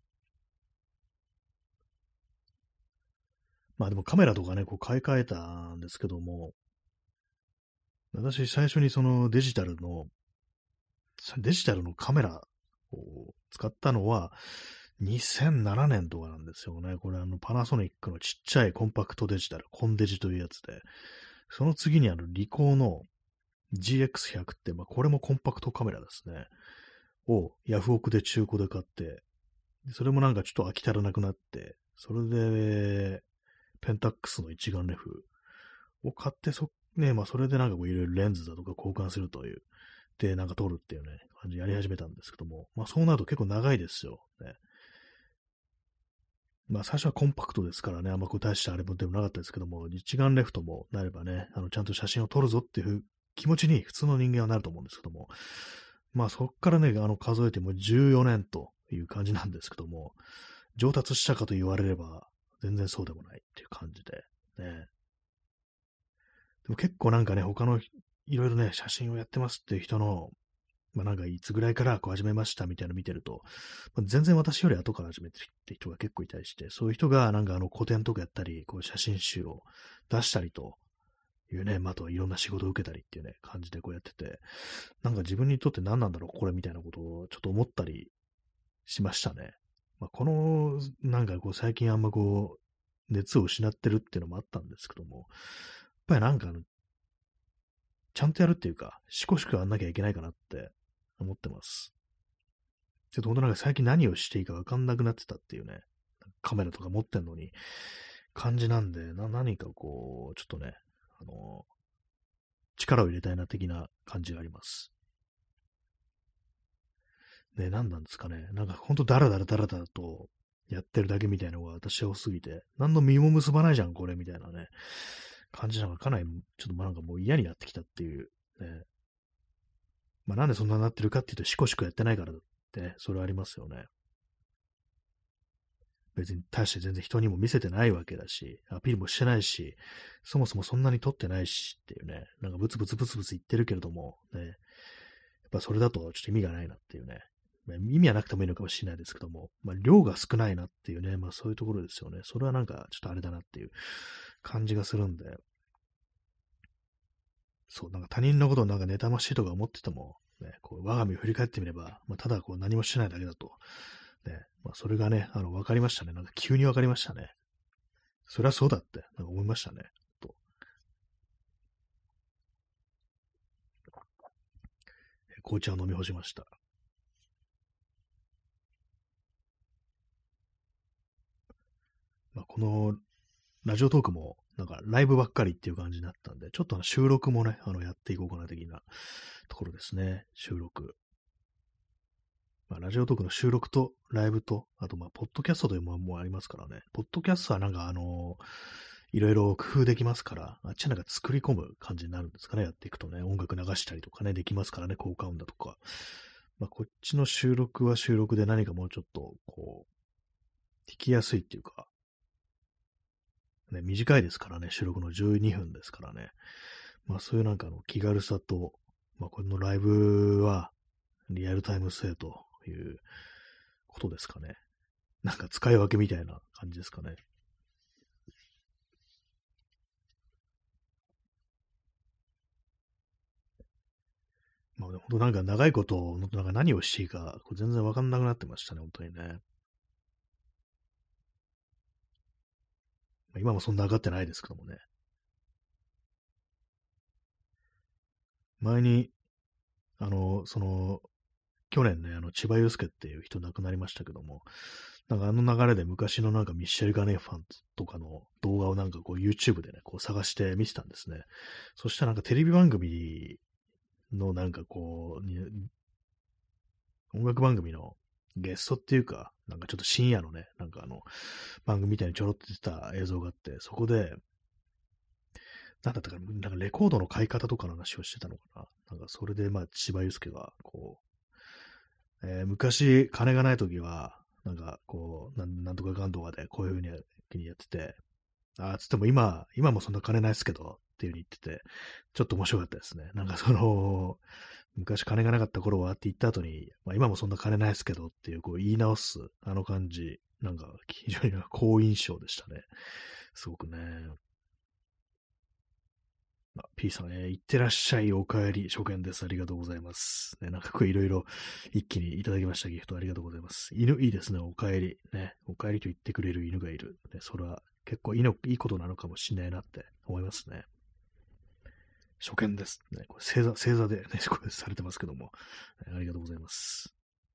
まあでもカメラとかね、こう買い替えたんですけども、私最初にそのデジタルの、デジタルのカメラを使ったのはにせんななねんとかなんですよね。これあのパナソニックのちっちゃいコンパクトデジタル、コンデジというやつで、その次にあのリコーの ジーエックスひゃく って、まあこれもコンパクトカメラですね。をヤフオクで中古で買って、それもなんかちょっと飽き足らなくなって、それで、ペンタックスの一眼レフを買って、そ、ね、まあそれでなんかこういろいろレンズだとか交換するという、で、なんか撮るっていうね、感じでやり始めたんですけども、まあそうなると結構長いですよ。ね。まあ最初はコンパクトですからね、あんまこう大したあれもでもなかったですけども、一眼レフともなればね、あのちゃんと写真を撮るぞっていう気持ちに普通の人間はなると思うんですけども、まあそこからね、あの数えてもじゅうよねんという感じなんですけども、上達したかと言われれば、全然そうでもないっていう感じで、ね。でも結構なんかね、他のいろいろね、写真をやってますっていう人の、まあなんかいつぐらいからこう始めましたみたいなの見てると、まあ、全然私より後から始めてるって人が結構いたりして、そういう人がなんかあの個展とかやったり、こう写真集を出したりというね、まあ、あとはいろんな仕事を受けたりっていうね、感じでこうやってて、なんか自分にとって何なんだろう、これみたいなことをちょっと思ったりしましたね。まあ、この、なんかこう最近あんまこう、熱を失ってるっていうのもあったんですけども、やっぱりなんかあの、ちゃんとやるっていうか、しこしこやんなきゃいけないかなって思ってます。ちょっと本当なんか最近何をしていいかわかんなくなってたっていうね、カメラとか持ってんのに感じなんで、な、何かこう、ちょっとね、あの、力を入れたいな的な感じがあります。ね、何なんですかね。なんかほんとダラダラダラダラとやってるだけみたいなのが私は多すぎて、何の身も結ばないじゃん、これ、みたいなね、感じなのがかなり、ちょっとまあなんかもう嫌になってきたっていう、ね。まあなんでそんなになってるかっていうと、シコシコやってないからって、ね、それはありますよね。別に大して全然人にも見せてないわけだし、アピールもしてないし、そもそもそんなに撮ってないしっていうね、なんかブツブツブツブツ言ってるけれども、ね、やっぱそれだとちょっと意味がないなっていうね、まあ、意味はなくてもいいのかもしれないですけども、まあ、量が少ないなっていうね、まあそういうところですよね。それはなんかちょっとあれだなっていう感じがするんで、そう、なんか他人のことをなんか妬ましいとか思ってても、ね、こう我が身を振り返ってみれば、まあ、ただこう何もしてないだけだと。ね、まあ、それがね、あの、分かりましたね。なんか急に分かりましたね。そりゃそうだって、なんか思いましたね。と紅茶を飲み干しました。まあ、このラジオトークも、なんかライブばっかりっていう感じになったんで、ちょっとあの収録もね、あのやっていこうかな的なところですね。収録。まあ、ラジオトークの収録とライブと、あとまあ、ポッドキャストというものもありますからね。ポッドキャストはなんかあのいろいろ工夫できますから、あっちなんか作り込む感じになるんですかね。やっていくとね、音楽流したりとかね、できますからね、効果音だとか。まあ、こっちの収録は収録で何かもうちょっと、こう、聞きやすいっていうか、ね、短いですからね、収録のじゅうにふんですからね。まあそういうなんかの気軽さと、まあこのライブはリアルタイム性ということですかね。なんか使い分けみたいな感じですかね。まあ本当なんか長いこと、なんか何をしていいか、これ全然わかんなくなってましたね、本当にね。まあ、今もそんな上がってないですけどもね。前に、あの、その、去年ね、あの、千葉祐介っていう人亡くなりましたけども、なんかあの流れで昔のなんかミッシェル・ガネファンとかの動画をなんかこう YouTube でね、こう探して見てたんですね。そしたらなんかテレビ番組のなんかこう、音楽番組のゲストっていうか、なんかちょっと深夜のね、なんかあの、番組みたいにちょろっと出てた映像があって、そこで、 なんだったかな、なんかレコードの買い方とかの話をしてたのかな。なんかそれで、まあ、千葉祐介が、こう、えー昔、金がない時は、なんか、こう、なん、なんとかかんとかで、こういう風にやにやってて、あーつっても今、今もそんな金ないですけど、っていう風に言ってて、ちょっと面白かったですね。なんかその、昔金がなかった頃はって言った後に、まあ、今もそんな金ないですけどっていう、こう言い直す、あの感じ、なんか非常に好印象でしたね。すごくね。あ、P さん、えー、いってらっしゃい、お帰り、初見です。ありがとうございます。ね、なんかこういろいろ一気にいただきましたギフトありがとうございます。犬いいですね、お帰り。ね、お帰りと言ってくれる犬がいる。ね、それは結構いいのいいことなのかもしれないなって思いますね。初見です。ね、これ正座、正座でね、これされてますけども、ね、ありがとうございます。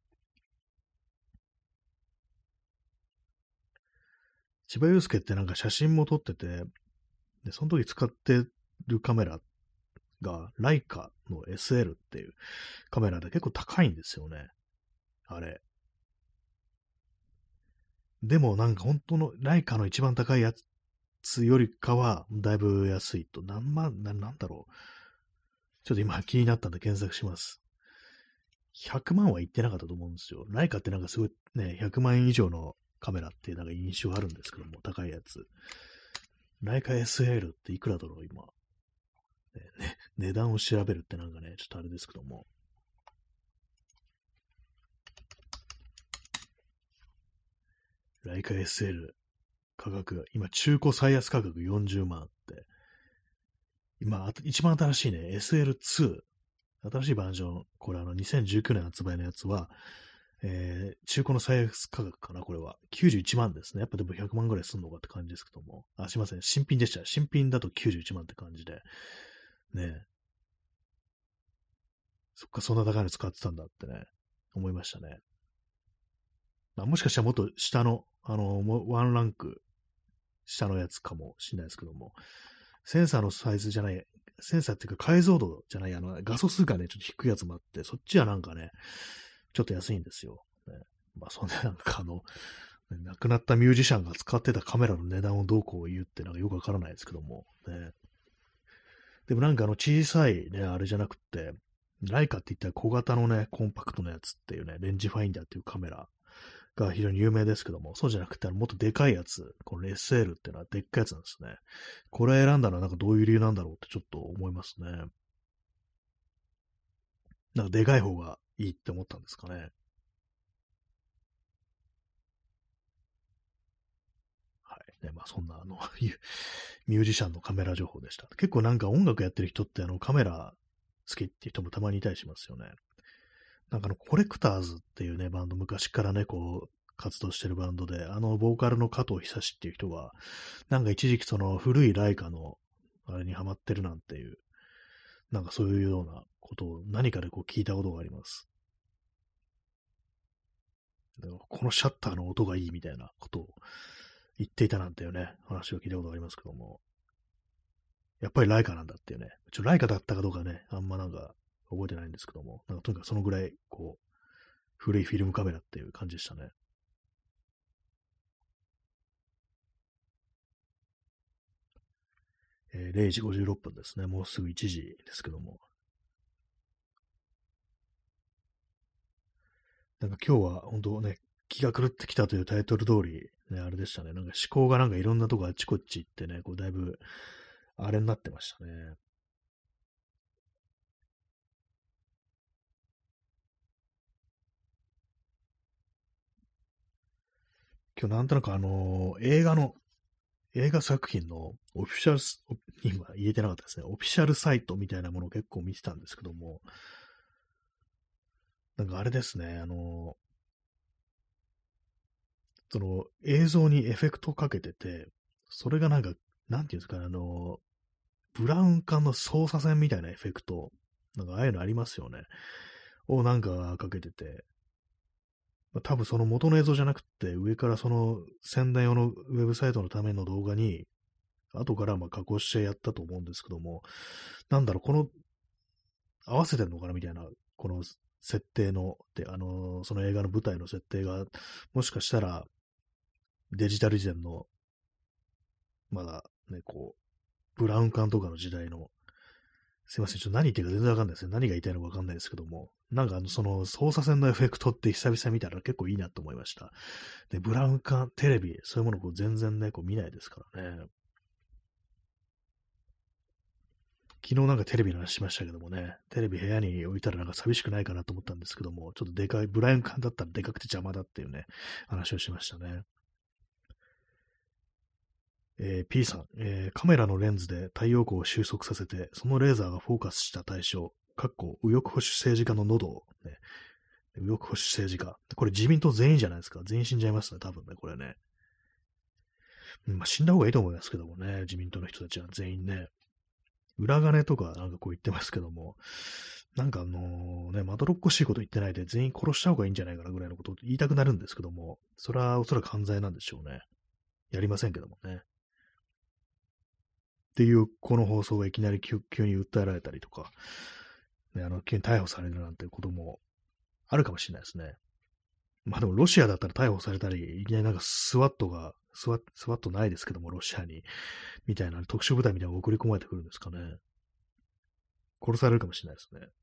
千葉祐介ってなんか写真も撮ってて、で、その時使ってるカメラが、ライカの エスエル っていうカメラで結構高いんですよね。あれ。でもなんか本当のライカの一番高いやつよりかは、だいぶ安いと。何万、な、なんだろう。ちょっと今気になったんで検索します。ひゃくまんは言ってなかったと思うんですよ。ライカってなんかすごいね、ひゃくまん円以上のカメラっていうなんか印象あるんですけども、高いやつ。ライカ エスエル っていくらだろう、今。ねね値段を調べるってなんかね、ちょっとあれですけども。ライカ エスエル 価格、今中古最安価格よんじゅうまんって。今、一番新しいね、エスエルツー。新しいバージョン、これあのにせんじゅうきゅうねん発売のやつは、えー、中古の最安価格かな、これは。きゅうじゅういちまんですね。やっぱでもひゃくまんぐらいすんのかって感じですけども。あ、すいません。新品でした。新品だときゅうじゅういちまんって感じで。ねえ。そっか、そんな高いの使ってたんだってね、思いましたね。まあ、もしかしたらもっと下の、あの、もうワンランク下のやつかもしれないですけども、センサーのサイズじゃない、センサーっていうか解像度じゃない、あの、画素数がね、ちょっと低いやつもあって、そっちはなんかね、ちょっと安いんですよ。ね、まあ、そんななんかあの、亡くなったミュージシャンが使ってたカメラの値段をどうこう言うってなんかよくわからないですけども、ね。でもなんかあの小さいね、あれじゃなくって、ライカって言ったら小型のね、コンパクトなやつっていうね、レンジファインダーっていうカメラが非常に有名ですけども、そうじゃなくて、あのもっとでかいやつ、この エスエル っていうのはでっかいやつなんですね。これ選んだのはなんかどういう理由なんだろうってちょっと思いますね。なんかでかい方がいいって思ったんですかね。はい。ね、まあそんなあのミュージシャンのカメラ情報でした。結構なんか音楽やってる人ってあのカメラ好きっていう人もたまにいたりしますよね。なんかあのコレクターズっていうね、バンド昔からね、こう、活動してるバンドで、あの、ボーカルの加藤久志っていう人が、なんか一時期その古いライカのあれにハマってるなんていう、なんかそういうようなことを何かでこう聞いたことがあります。でもこのシャッターの音がいいみたいなことを言っていたなんていうね、話を聞いたことがありますけども、やっぱりライカなんだっていうね、ちょライカだったかどうかね、あんまなんか覚えてないんですけども、なんかとにかくそのぐらい、こう、古いフィルムカメラっていう感じでしたね。えー、れいじごじゅうろっぷんですね。もうすぐいちじですけども。なんか今日は本当ね、気が狂ってきたというタイトル通り、ね、あれでしたね。なんか思考がなんかいろんなとこあっちこっち行ってね、こうだいぶあれになってましたね。今日なんとなくあのー映画の、映画作品のオフィシャルス、今言えてなかったですね。オフィシャルサイトみたいなものを結構見てたんですけども、なんかあれですね、あのーその映像にエフェクトをかけてて、それがなんか、なんていうんですかね、あのーブラウン管の操作線みたいなエフェクト、なんかああいうのありますよね。をなんかかけてて、まあ、多分その元の映像じゃなくて、上からその宣伝用のウェブサイトのための動画に、後からまあ加工してやったと思うんですけども、なんだろう、この、合わせてんのかなみたいな、この設定の、で、あのーその映画の舞台の設定が、もしかしたらデジタル以前の、まだね、こう、 ブラウン管とかの時代の、すいません、ちょっと何言ってるか全然わかんないですね。何が言いたいのかわかんないですけども、なんかあの、その操作線のエフェクトって久々見たら結構いいなと思いました。で、ブラウン管、テレビ、そういうものをこう全然ね、こう見ないですからね。昨日なんかテレビの話しましたけどもね、テレビ部屋に置いたらなんか寂しくないかなと思ったんですけども、ちょっとでかい、ブラウン管だったらでかくて邪魔だっていうね、話をしましたね。えー P さん、えーカメラのレンズで太陽光を収束させて、そのレーザーがフォーカスした対象、かっこ右翼保守政治家の喉を、ね、右翼保守政治家。これ自民党全員じゃないですか。全員死んじゃいますね、多分ね、これね。うんまあ、死んだ方がいいと思いますけどもね、自民党の人たちは全員ね。裏金とかなんかこう言ってますけども、なんかあのね、まどろっこしいこと言ってないで全員殺した方がいいんじゃないかなぐらいのことを言いたくなるんですけども、それはおそらく犯罪なんでしょうね。やりませんけどもね。っていう、この放送がいきなり急急に訴えられたりとか、ね、あの、急に逮捕されるなんてこともあるかもしれないですね。まあでもロシアだったら逮捕されたり、いきなりなんかスワットが、スワスワットないですけども、ロシアに、みたいな特殊部隊みたいなのが送り込まれてくるんですかね。殺されるかもしれないですね。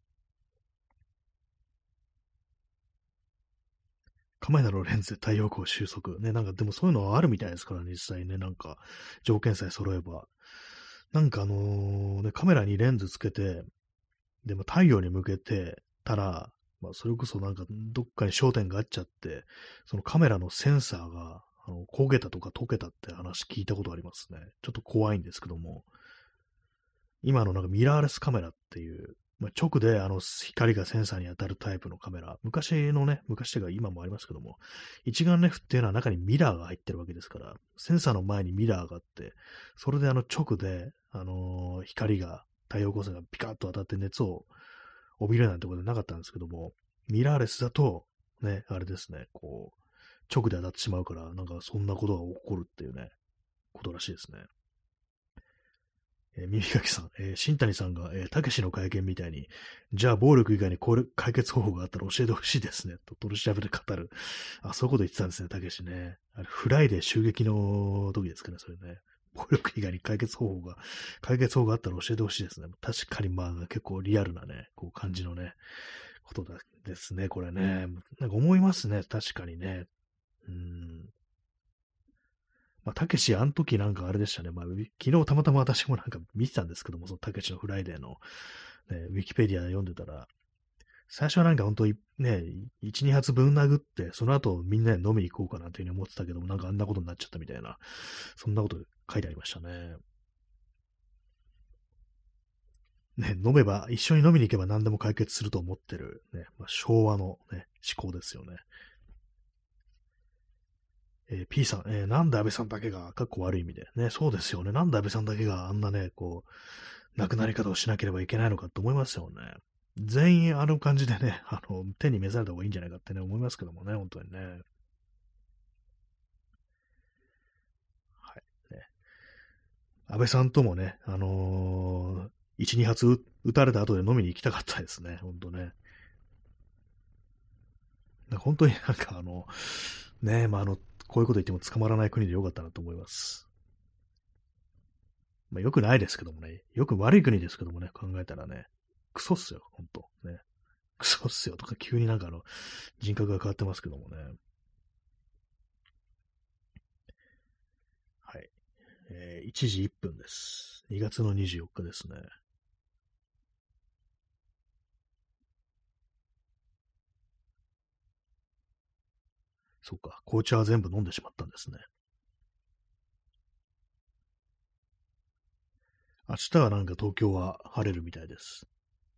カメラのレンズで太陽光収束。ね、なんかでもそういうのはあるみたいですから、実際ね、なんか条件さえ揃えば。なんかあのね、カメラにレンズつけて、でも太陽に向けてたら、まあ、それこそなんかどっかに焦点があっちゃって、そのカメラのセンサーがあの焦げたとか溶けたって話聞いたことありますね。ちょっと怖いんですけども、今のなんかミラーレスカメラっていう、まあ、直であの光がセンサーに当たるタイプのカメラ、昔のね、昔というか今もありますけども、一眼レフっていうのは中にミラーが入ってるわけですから、センサーの前にミラーがあって、それであの直で、あのー光が、太陽光線がピカッと当たって熱を帯びるなんてことはなかったんですけども、ミラーレスだと、ね、あれですね、こう、直で当たってしまうから、なんかそんなことが起こるっていうね、ことらしいですね。えー、耳かきさん、えー、新谷さんが、えー、たけしの会見みたいに、じゃあ暴力以外にこれ解決方法があったら教えてほしいですね、と取り調べで語る。あ、そういうこと言ってたんですね、たけしね。あれ、フライデー襲撃の時ですかね、それね。暴力以外に解決方法が、解決法があったら教えてほしいですね。確かにまあ結構リアルなね、こう感じのね、ことだですね、これね。なんか思いますね、確かにね。うん。まあ、たけし、あの時なんかあれでしたね。まあ、昨日たまたま私もなんか見てたんですけども、そのたけしのフライデーの、ね、ウィキペディア読んでたら、最初はなんか本当にね、いち、に発ぶん殴って、その後みんなで飲みに行こうかなというふうに思ってたけども、なんかあんなことになっちゃったみたいな、そんなこと書いてありましたね。ね、飲めば、一緒に飲みに行けば何でも解決すると思ってる、ね、まあ、昭和の、ね、思考ですよね。えー P さん、えーなんで安倍さんだけが、かっこ悪い意味で。ね、そうですよね。なんで安倍さんだけがあんなね、こう、亡くなり方をしなければいけないのかと思いますよね。全員あの感じでね、あの、手に召された方がいいんじゃないかってね、思いますけどもね、本当にね。はい。ね、安倍さんともね、あのー、いち、に発撃たれた後で飲みに行きたかったですね、本当ね。本当になんかあの、ね、まあ、あの、こういうこと言っても捕まらない国でよかったなと思います。まあ、よくないですけどもね。よく悪い国ですけどもね、考えたらね。クソっすよ、ほんと。ね。クソっすよとか、急になんかあの、人格が変わってますけどもね。はい。えー、いちじいっぷんです。にがつのにじゅうよっかですね。そうか、紅茶は全部飲んでしまったんですね。明日はなんか東京は晴れるみたいです。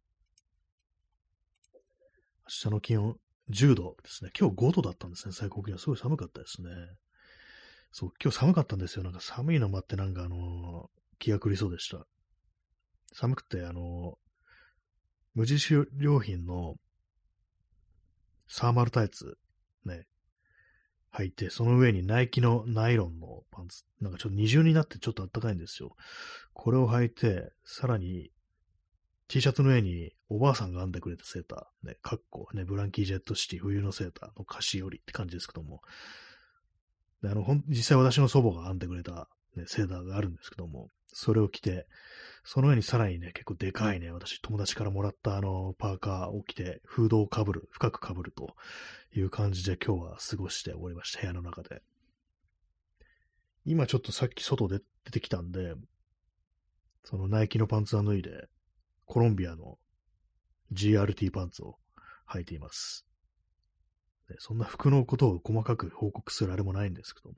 明日の気温じゅうどですね。今日ごどだったんですね、最高気温。すごい寒かったですね。そう、今日寒かったんですよ。なんか寒いのもあって、なんかあのー気が狂いそうでした。寒くて、あのー無印良品のサーマルタイツ、ね、履いて、その上にナイキのナイロンのパンツ、なんかちょっと二重になってちょっと暖かいんですよ。これを履いて、さらに T シャツの上におばあさんが編んでくれたセーター、ね、かっこ、ね、ブランキー・ジェット・シティ冬のセーターの歌詞よりって感じですけども、であの、ほん実際私の祖母が編んでくれた、 ね、セーターがあるんですけども、それを着て、その上にさらにね、結構でかいね、私、友達からもらったあの、パーカーを着て、フードをかぶる、深くかぶるという感じで今日は過ごしておりました、部屋の中で。今ちょっとさっき外で出てきたんで、そのナイキのパンツは脱いで、コロンビアの ジーアールティー パンツを履いています。ね、そんな服のことを細かく報告するあれもないんですけども。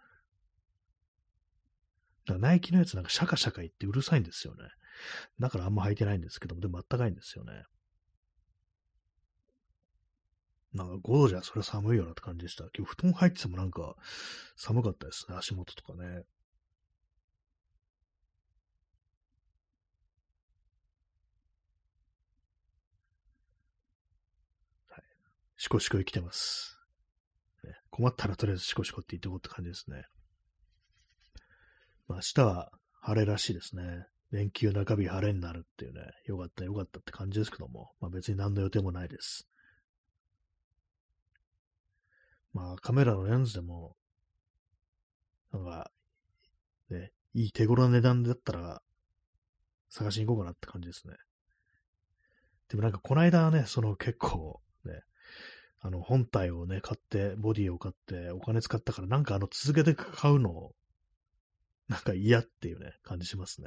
だからナイキのやつなんかシャカシャカ言ってうるさいんですよね。だからあんま履いてないんですけども、でもあったかいんですよね。なんかごどじゃそれは寒いよなって感じでした。今日布団入っててもなんか寒かったですね、足元とかね。はい。シコシコ生きてます。ね、困ったらとりあえずシコシコって言っておこうって感じですね。まあ、明日は晴れらしいですね。連休中日晴れになるっていうね、よかったよかったって感じですけども、まあ別に何の予定もないです。まあカメラのレンズでも、なんかね、いい手頃な値段だったら探しに行こうかなって感じですね。でもなんかこの間ね、その結構ね、あの本体をね、買って、ボディを買ってお金使ったからなんかあの続けて買うの、なんか嫌っていうね、感じしますね。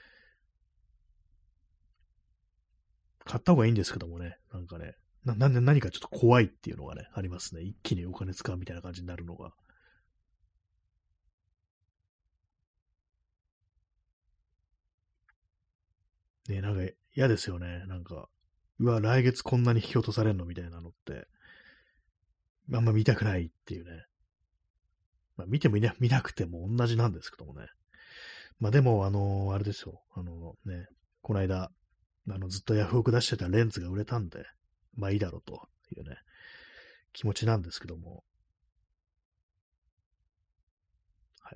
買った方がいいんですけどもね、なんかね、な、なんで何かちょっと怖いっていうのがね、ありますね。一気にお金使うみたいな感じになるのが。ね、なんか嫌ですよね。なんか、うわ、来月こんなに引き落とされんのみたいなのって、あんま見たくないっていうね。まあ見てもいな見なくても同じなんですけどもね。まあでも、あのーあれですよ。あのね、この間、あの、ずっとヤフオク出してたレンズが売れたんで、まあいいだろうというね、気持ちなんですけども、はい。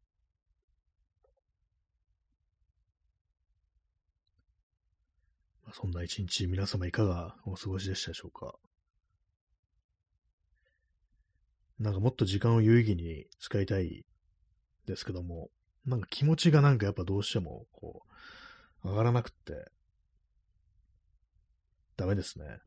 まあ、そんな一日皆様いかがお過ごしでしたでしょうか。なんかもっと時間を有意義に使いたいですけども、なんか気持ちがなんかやっぱどうしてもこう、上がらなくってダメですね。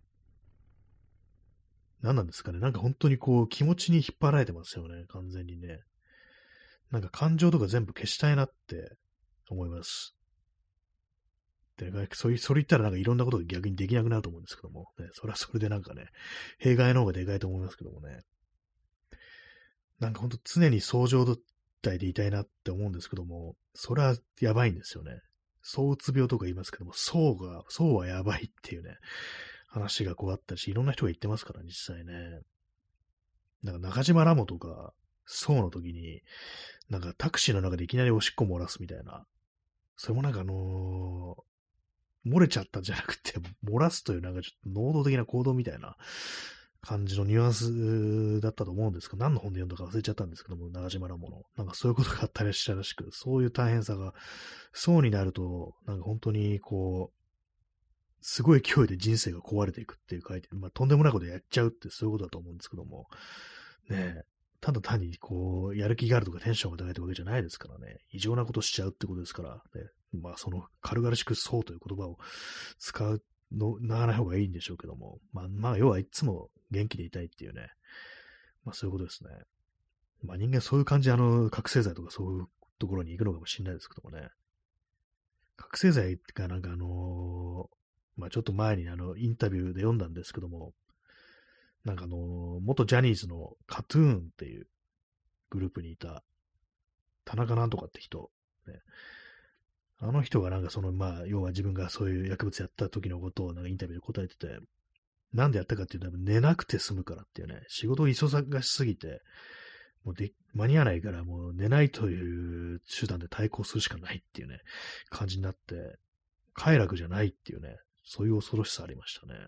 何なんですかね。なんか本当にこう気持ちに引っ張られてますよね。完全にね。なんか感情とか全部消したいなって思います。で、そういう、それ言ったらなんかいろんなことが逆にできなくなると思うんですけども、ね、それはそれでなんかね、弊害の方がでかいと思いますけどもね。なんかほんと常に相乗体でいたいなって思うんですけども、それはやばいんですよね。躁うつ病とか言いますけども、躁が、躁はやばいっていうね、話がこうあったし、いろんな人が言ってますから、実際ね。なんか中島ラモとか、躁の時に、なんかタクシーの中でいきなりおしっこ漏らすみたいな、それもなんかあのー漏れちゃったんじゃなくて、漏らすというなんかちょっと能動的な行動みたいな感じのニュアンスだったと思うんですけど、何の本で読んだか忘れちゃったんですけども、長島らもの。なんかそういうことがあったりしたらしく、そういう大変さが、そうになると、なんか本当にこう、すごい勢いで人生が壊れていくっていう書いて、まあとんでもないことやっちゃうってそういうことだと思うんですけども、ねえ、ただ単にこう、やる気があるとかテンションが高いってわけじゃないですからね、異常なことしちゃうってことですから、ね、まあその軽々しくそうという言葉を使うの、ならない方がいいんでしょうけども、まあ、まあ、要はいつも元気でいたいっていうね、まあそういうことですね。まあ人間そういう感じであの、覚醒剤とかそういうところに行くのかもしれないですけどもね、覚醒剤がなんかあのーまあちょっと前にあの、インタビューで読んだんですけども、なんかあのー元ジャニーズのカトゥーンっていうグループにいた田中なんとかって人、ね、あの人がなんかその、まあ、要は自分がそういう薬物やった時のことをなんかインタビューで答えてて、なんでやったかっていうと、寝なくて済むからっていうね、仕事を忙しすぎて、もうで、間に合わないからもう寝ないという手段で対抗するしかないっていうね、感じになって、快楽じゃないっていうね、そういう恐ろしさありましたね。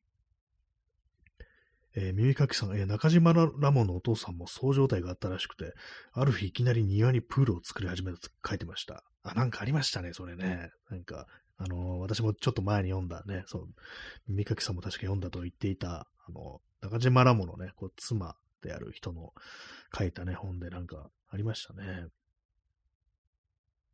えー耳かきさん、えー中島ララモンのお父さんもそう状態があったらしくて、ある日いきなり庭にプールを作り始めたと書いてました。あ、なんかありましたね、それね。なんか、あのー私もちょっと前に読んだね、そう、耳かきさんも確か読んだと言っていた、あの、中島ラモンのね、こう妻である人の書いたね、本でなんかありましたね。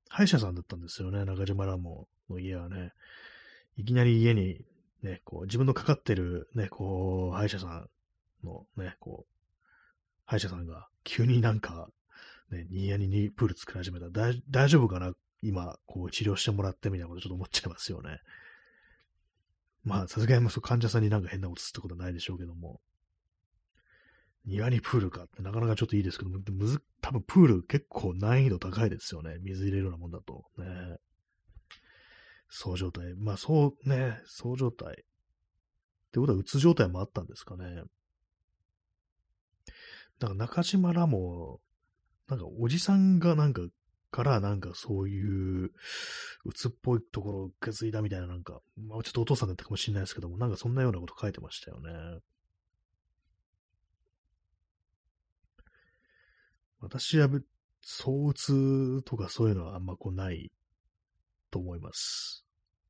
歯医者さんだったんですよね、中島ラモの家はね。いきなり家に、ね、こう、自分のかかってる、ね、こう、歯医者さんのね、こう、歯医者さんが急になんか、ね、ニーヤニにプール作り始めたら大大丈夫かな今、こう治療してもらってみたいなことちょっと思っちゃいますよね。まあ、さすがにそう患者さんになんか変なことすってことはないでしょうけども、庭にプールかってなかなかちょっといいですけども、むず、多分プール結構難易度高いですよね。水入れるようなもんだと。ね。そう状態。まあそうね、そう状態。ってことは、うつ状態もあったんですかね。なんか中島らも、なんかおじさんがなんか、からなんかそういう、うつっぽいところを受け継いだみたいななんか、まあちょっとお父さんだったかもしれないですけども、なんかそんなようなこと書いてましたよね。私はぶ、躁うつとかそういうのはあんまこうないと思います。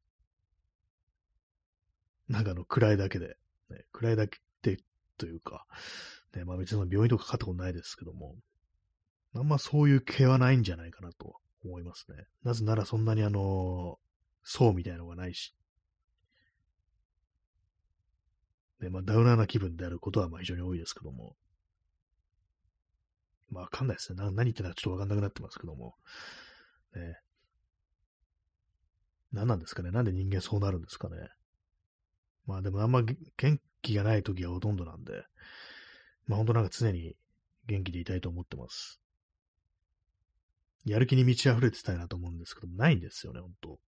なんかあの、暗いだけで、ね、暗いだけでというか、ね、まあ別に病院とかかかったことないですけども、あんまそういう気はないんじゃないかなと思いますね。なぜならそんなにあの、層みたいなのがないし、ね、まあダウナーな気分であることはまあ非常に多いですけども、まあわかんないですね。な何言ってんだかちょっとわかんなくなってますけども、ね、何なんですかね。なんで人間そうなるんですかね。まあでもあんま元気がない時はほとんどなんで、まあ本当なんか常に元気でいたいと思ってます。やる気に満ち溢れてたいなと思うんですけど、ないんですよね、本当。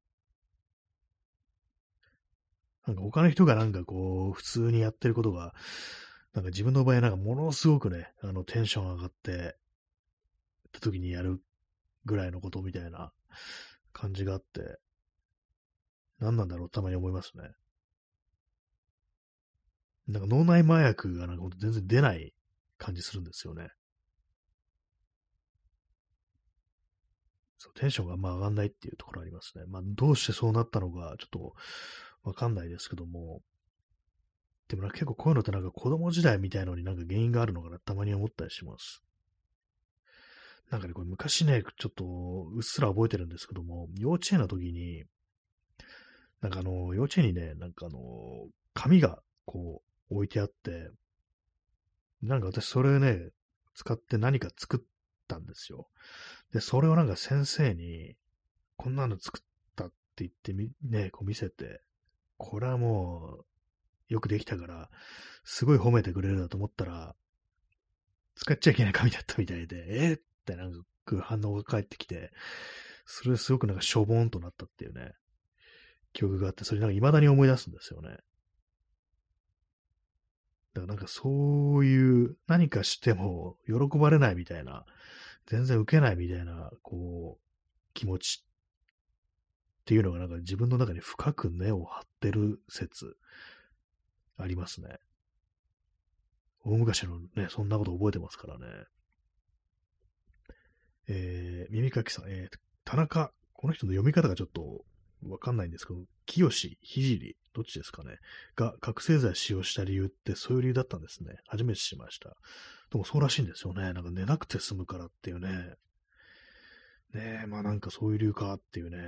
なんか他の人がなんかこう、普通にやってることが、なんか自分の場合なんかものすごくね、あのテンション上がって、た時にやるぐらいのことみたいな感じがあって、何なんだろうたまに思いますね。なんか脳内麻薬がなんか全然出ない感じするんですよね。そうテンションがまあ上がんないっていうところありますね。まあどうしてそうなったのかちょっとわかんないですけども、でもなんか結構こういうのってなんか子供時代みたいのになんか原因があるのかなたまに思ったりします。なんかね、これ昔ね、ちょっとうっすら覚えてるんですけども、幼稚園の時に、なんかあの、幼稚園にね、なんかあの、紙がこう置いてあって、なんか私それね、使って何か作ったんですよ。で、それをなんか先生に、こんなの作ったって言ってみ、ね、こう見せて、これはもう、よくできたから、すごい褒めてくれるだと思ったら、使っちゃいけない紙だったみたいで、えー、ってなんか反応が返ってきて、それすごくなんかしょぼーんとなったっていうね、記憶があって、それなんか未だに思い出すんですよね。だからなんかそういう何かしても喜ばれないみたいな、全然受けないみたいな、こう、気持ちっていうのがなんか自分の中に深く根を張ってる説ありますね。大昔のね、そんなこと覚えてますからね。えー、耳かきさん、えー、田中、この人の読み方がちょっとわかんないんですけど、清志、聖、どっちですかね、が覚醒剤使用した理由ってそういう理由だったんですね。初めて知りました。でもそうらしいんですよね。なんか寝なくて済むからっていうね。ねえ、まあなんかそういう理由かっていうね。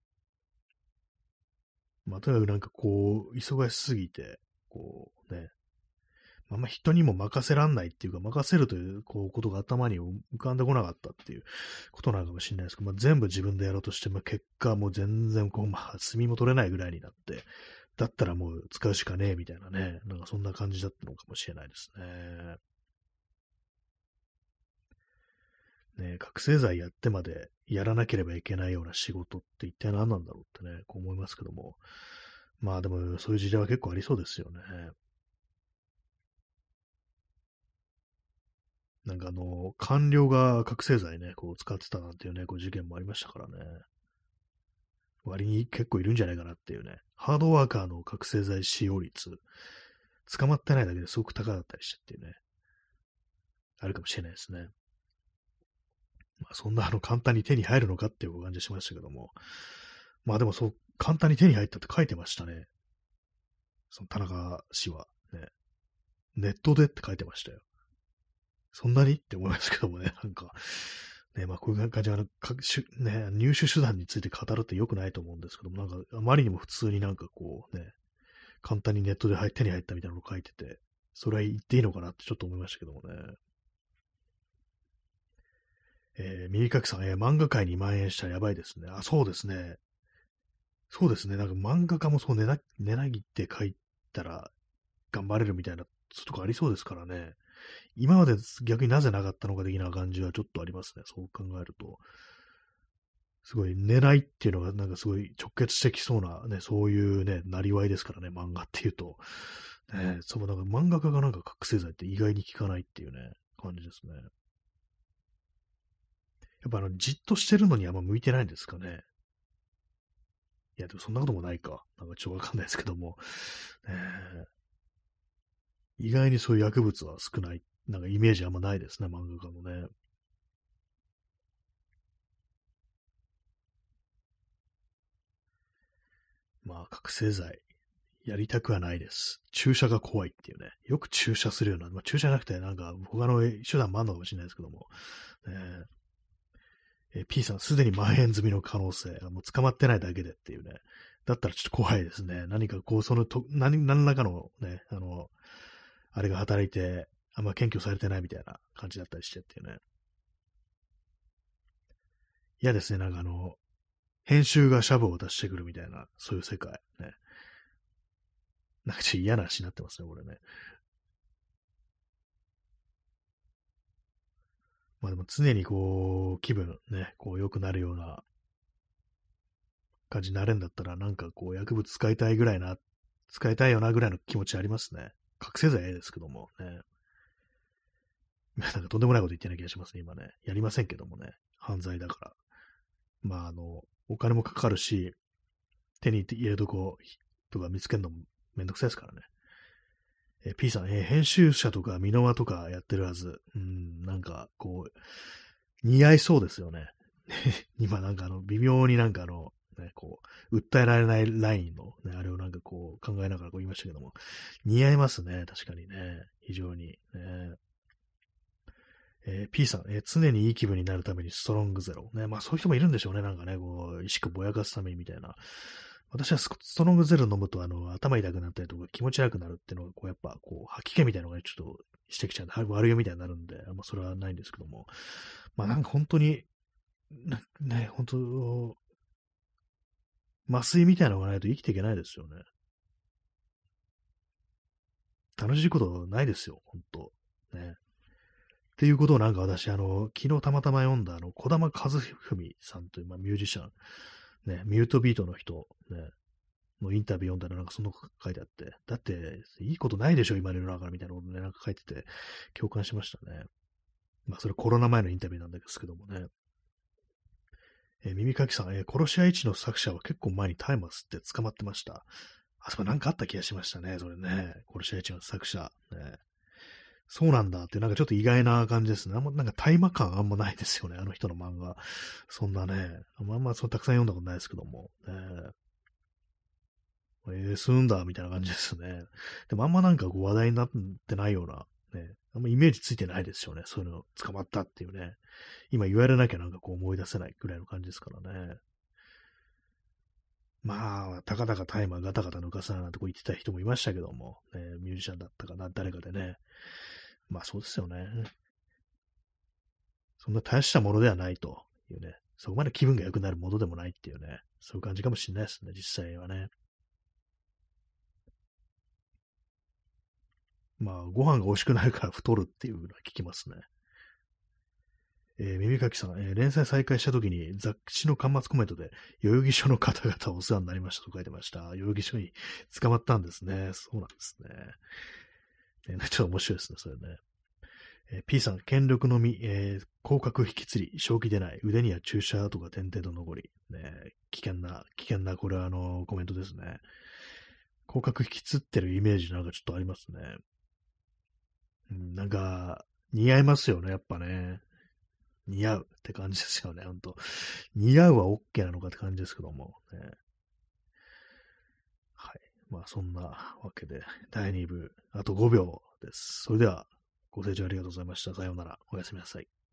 まあとにかくなんかこう、忙しすぎて、こうね、あんま人にも任せらんないっていうか、任せるというこうことが頭に浮かんでこなかったっていうことなのかもしれないですけど、まあ、全部自分でやろうとして、まあ、結果もう全然こう、まあ、墨も取れないぐらいになって、だったらもう使うしかねえみたいなね、なんかそんな感じだったのかもしれないですね。ね、覚醒剤やってまでやらなければいけないような仕事って一体何なんだろうってね、こう思いますけども。まあでもそういう事例は結構ありそうですよね。なんかあの、官僚が覚醒剤ね、こう使ってたなんていうね、こう事件もありましたからね。割に結構いるんじゃないかなっていうね。ハードワーカーの覚醒剤使用率、捕まってないだけですごく高かったりしてっていうね、あるかもしれないですね。まあそんなあの簡単に手に入るのかっていう感じしましたけども。まあでもそう、簡単に手に入ったって書いてましたね。その田中氏はね。ネットでって書いてましたよ。そんなにって思いますけどもね、なんか、 ね、まあこういう感じで、あの、かしゅね、入手手段について語るって良くないと思うんですけども、なんか、あまりにも普通になんかこうね、簡単にネットで入手に入ったみたいなのを書いてて、それは言っていいのかなってちょっと思いましたけどもね。えー、耳かきさん、えー漫画界に蔓延したらやばいですね。あ、そうですね。そうですね。なんか漫画家もそう寝な、寝なぎって書いたら頑張れるみたいな、そういうとこありそうですからね。今まで逆になぜなかったのか的な感じはちょっとありますね。そう考えると。すごい寝ないっていうのがなんかすごい直結してきそうなね、そういうね、なりわいですからね、漫画っていうと。ね、そう、なんか漫画家がなんか覚醒剤って意外に効かないっていうね、感じですね。やっぱあの、じっとしてるのにあんま向いてないんですかね。いや、でもそんなこともないか。なんかちょっとわかんないですけども。ねえ、意外にそういう薬物は少ない。なんかイメージあんまないですね、漫画家のね。まあ、覚醒剤。やりたくはないです。注射が怖いっていうね。よく注射するような、まあ、注射じゃなくて、なんか他の手段もあるのかもしれないですけども。ねえー P さん、すでに蔓延済みの可能性。もう捕まってないだけでっていうね。だったらちょっと怖いですね。何かこう、そのと、何、何らかのね、あの、あれが働いて、あんま検挙されてないみたいな感じだったりしてっていうね。嫌ですね。なんかあの、編集がシャブを出してくるみたいな、そういう世界。ね。なんかちょっと嫌な話になってますね、これね。まあでも常にこう、気分ね、こう良くなるような感じになれんだったら、なんかこう、薬物使いたいぐらいな、使いたいよなぐらいの気持ちありますね。覚醒剤はええですけどもね。なんかとんでもないこと言ってない気がしますね、今ね。やりませんけどもね。犯罪だから。まあ、あの、お金もかかるし、手に入れるとことか見つけるのもめんどくさいですからね。えー P さん、えー編集者とか箕輪とかやってるはず。うん、なんか、こう、似合いそうですよね。今なんかあの、微妙になんかあの、ね、こう、訴えられないラインの、ね、あれをなんかこう考えながらこう言いましたけども、似合いますね、確かにね。非常に。ねえー P さん、えー常にいい気分になるためにストロングゼロ。ね、まあそういう人もいるんでしょうね。なんかね、こう、意識ぼやかすためにみたいな。私はスストロングゼロ飲むと、あの、頭痛くなったりとか気持ち悪くなるっていうのが、こう、やっぱ、こう、吐き気みたいなのがちょっとしてきちゃうんで、悪酔いみたいになるんで、あんまそれはないんですけども。まあなんか本当に、なね、本当、麻酔みたいなのがないと生きていけないですよね。楽しいことないですよ、本当ね。っていうことをなんか私、あの、昨日たまたま読んだ、あの、小玉和文さんという、まあ、ミュージシャン、ね、ミュートビートの人、ね、のインタビュー読んだらなんかその書いてあって、だって、いいことないでしょ、今の世の中みたいなことね、なんか書いてて、共感しましたね。まあ、それコロナ前のインタビューなんですけどもね。えー耳かきさん、えー殺し屋一の作者は結構前に大麻吸って捕まってました。あ、そうなんかあった気がしましたね、それね。殺し屋一の作者。ね、そうなんだって、なんかちょっと意外な感じですね。あんま、なんか大麻感あんまないですよね、あの人の漫画。そんなね、あんま、あんまそうたくさん読んだことないですけども。ね、えー、吸うんだ、みたいな感じですね。でもあんまなんかこう話題になってないような、ね、あんまイメージついてないですよね。そういうの捕まったっていうね。今言われなきゃなんかこう思い出せないぐらいの感じですからね。まあ、たかだか大麻ガタガタ抜かさななんてこう言ってた人もいましたけども、ね、ミュージシャンだったかな、誰かでね。まあそうですよね。そんな大したものではないというね。そこまで気分が良くなるものでもないっていうね。そういう感じかもしれないですね、実際はね。まあ、ご飯が美味しくないから太るっていうのは聞きますね。えー、耳かきさん、えー連載再開した時に雑誌の端末コメントで、代々木署の方々お世話になりましたと書いてました。代々木署に捕まったんですね。そうなんですね。えーちょっと面白いですね、それね。えー P さん、権力のみ、えー広角引き釣り、正気でない、腕には注射跡が点々と残り、ね、危険な、危険な、これはあの、コメントですね。広角引きつってるイメージなんかちょっとありますね。うん、なんか、似合いますよね、やっぱね。似合うって感じですよね、ほんと。似合うは OK なのかって感じですけども、ね。はい。まあ、そんなわけで、だいに部、あとごびょうです。それでは、ご清聴ありがとうございました。さようなら。おやすみなさい。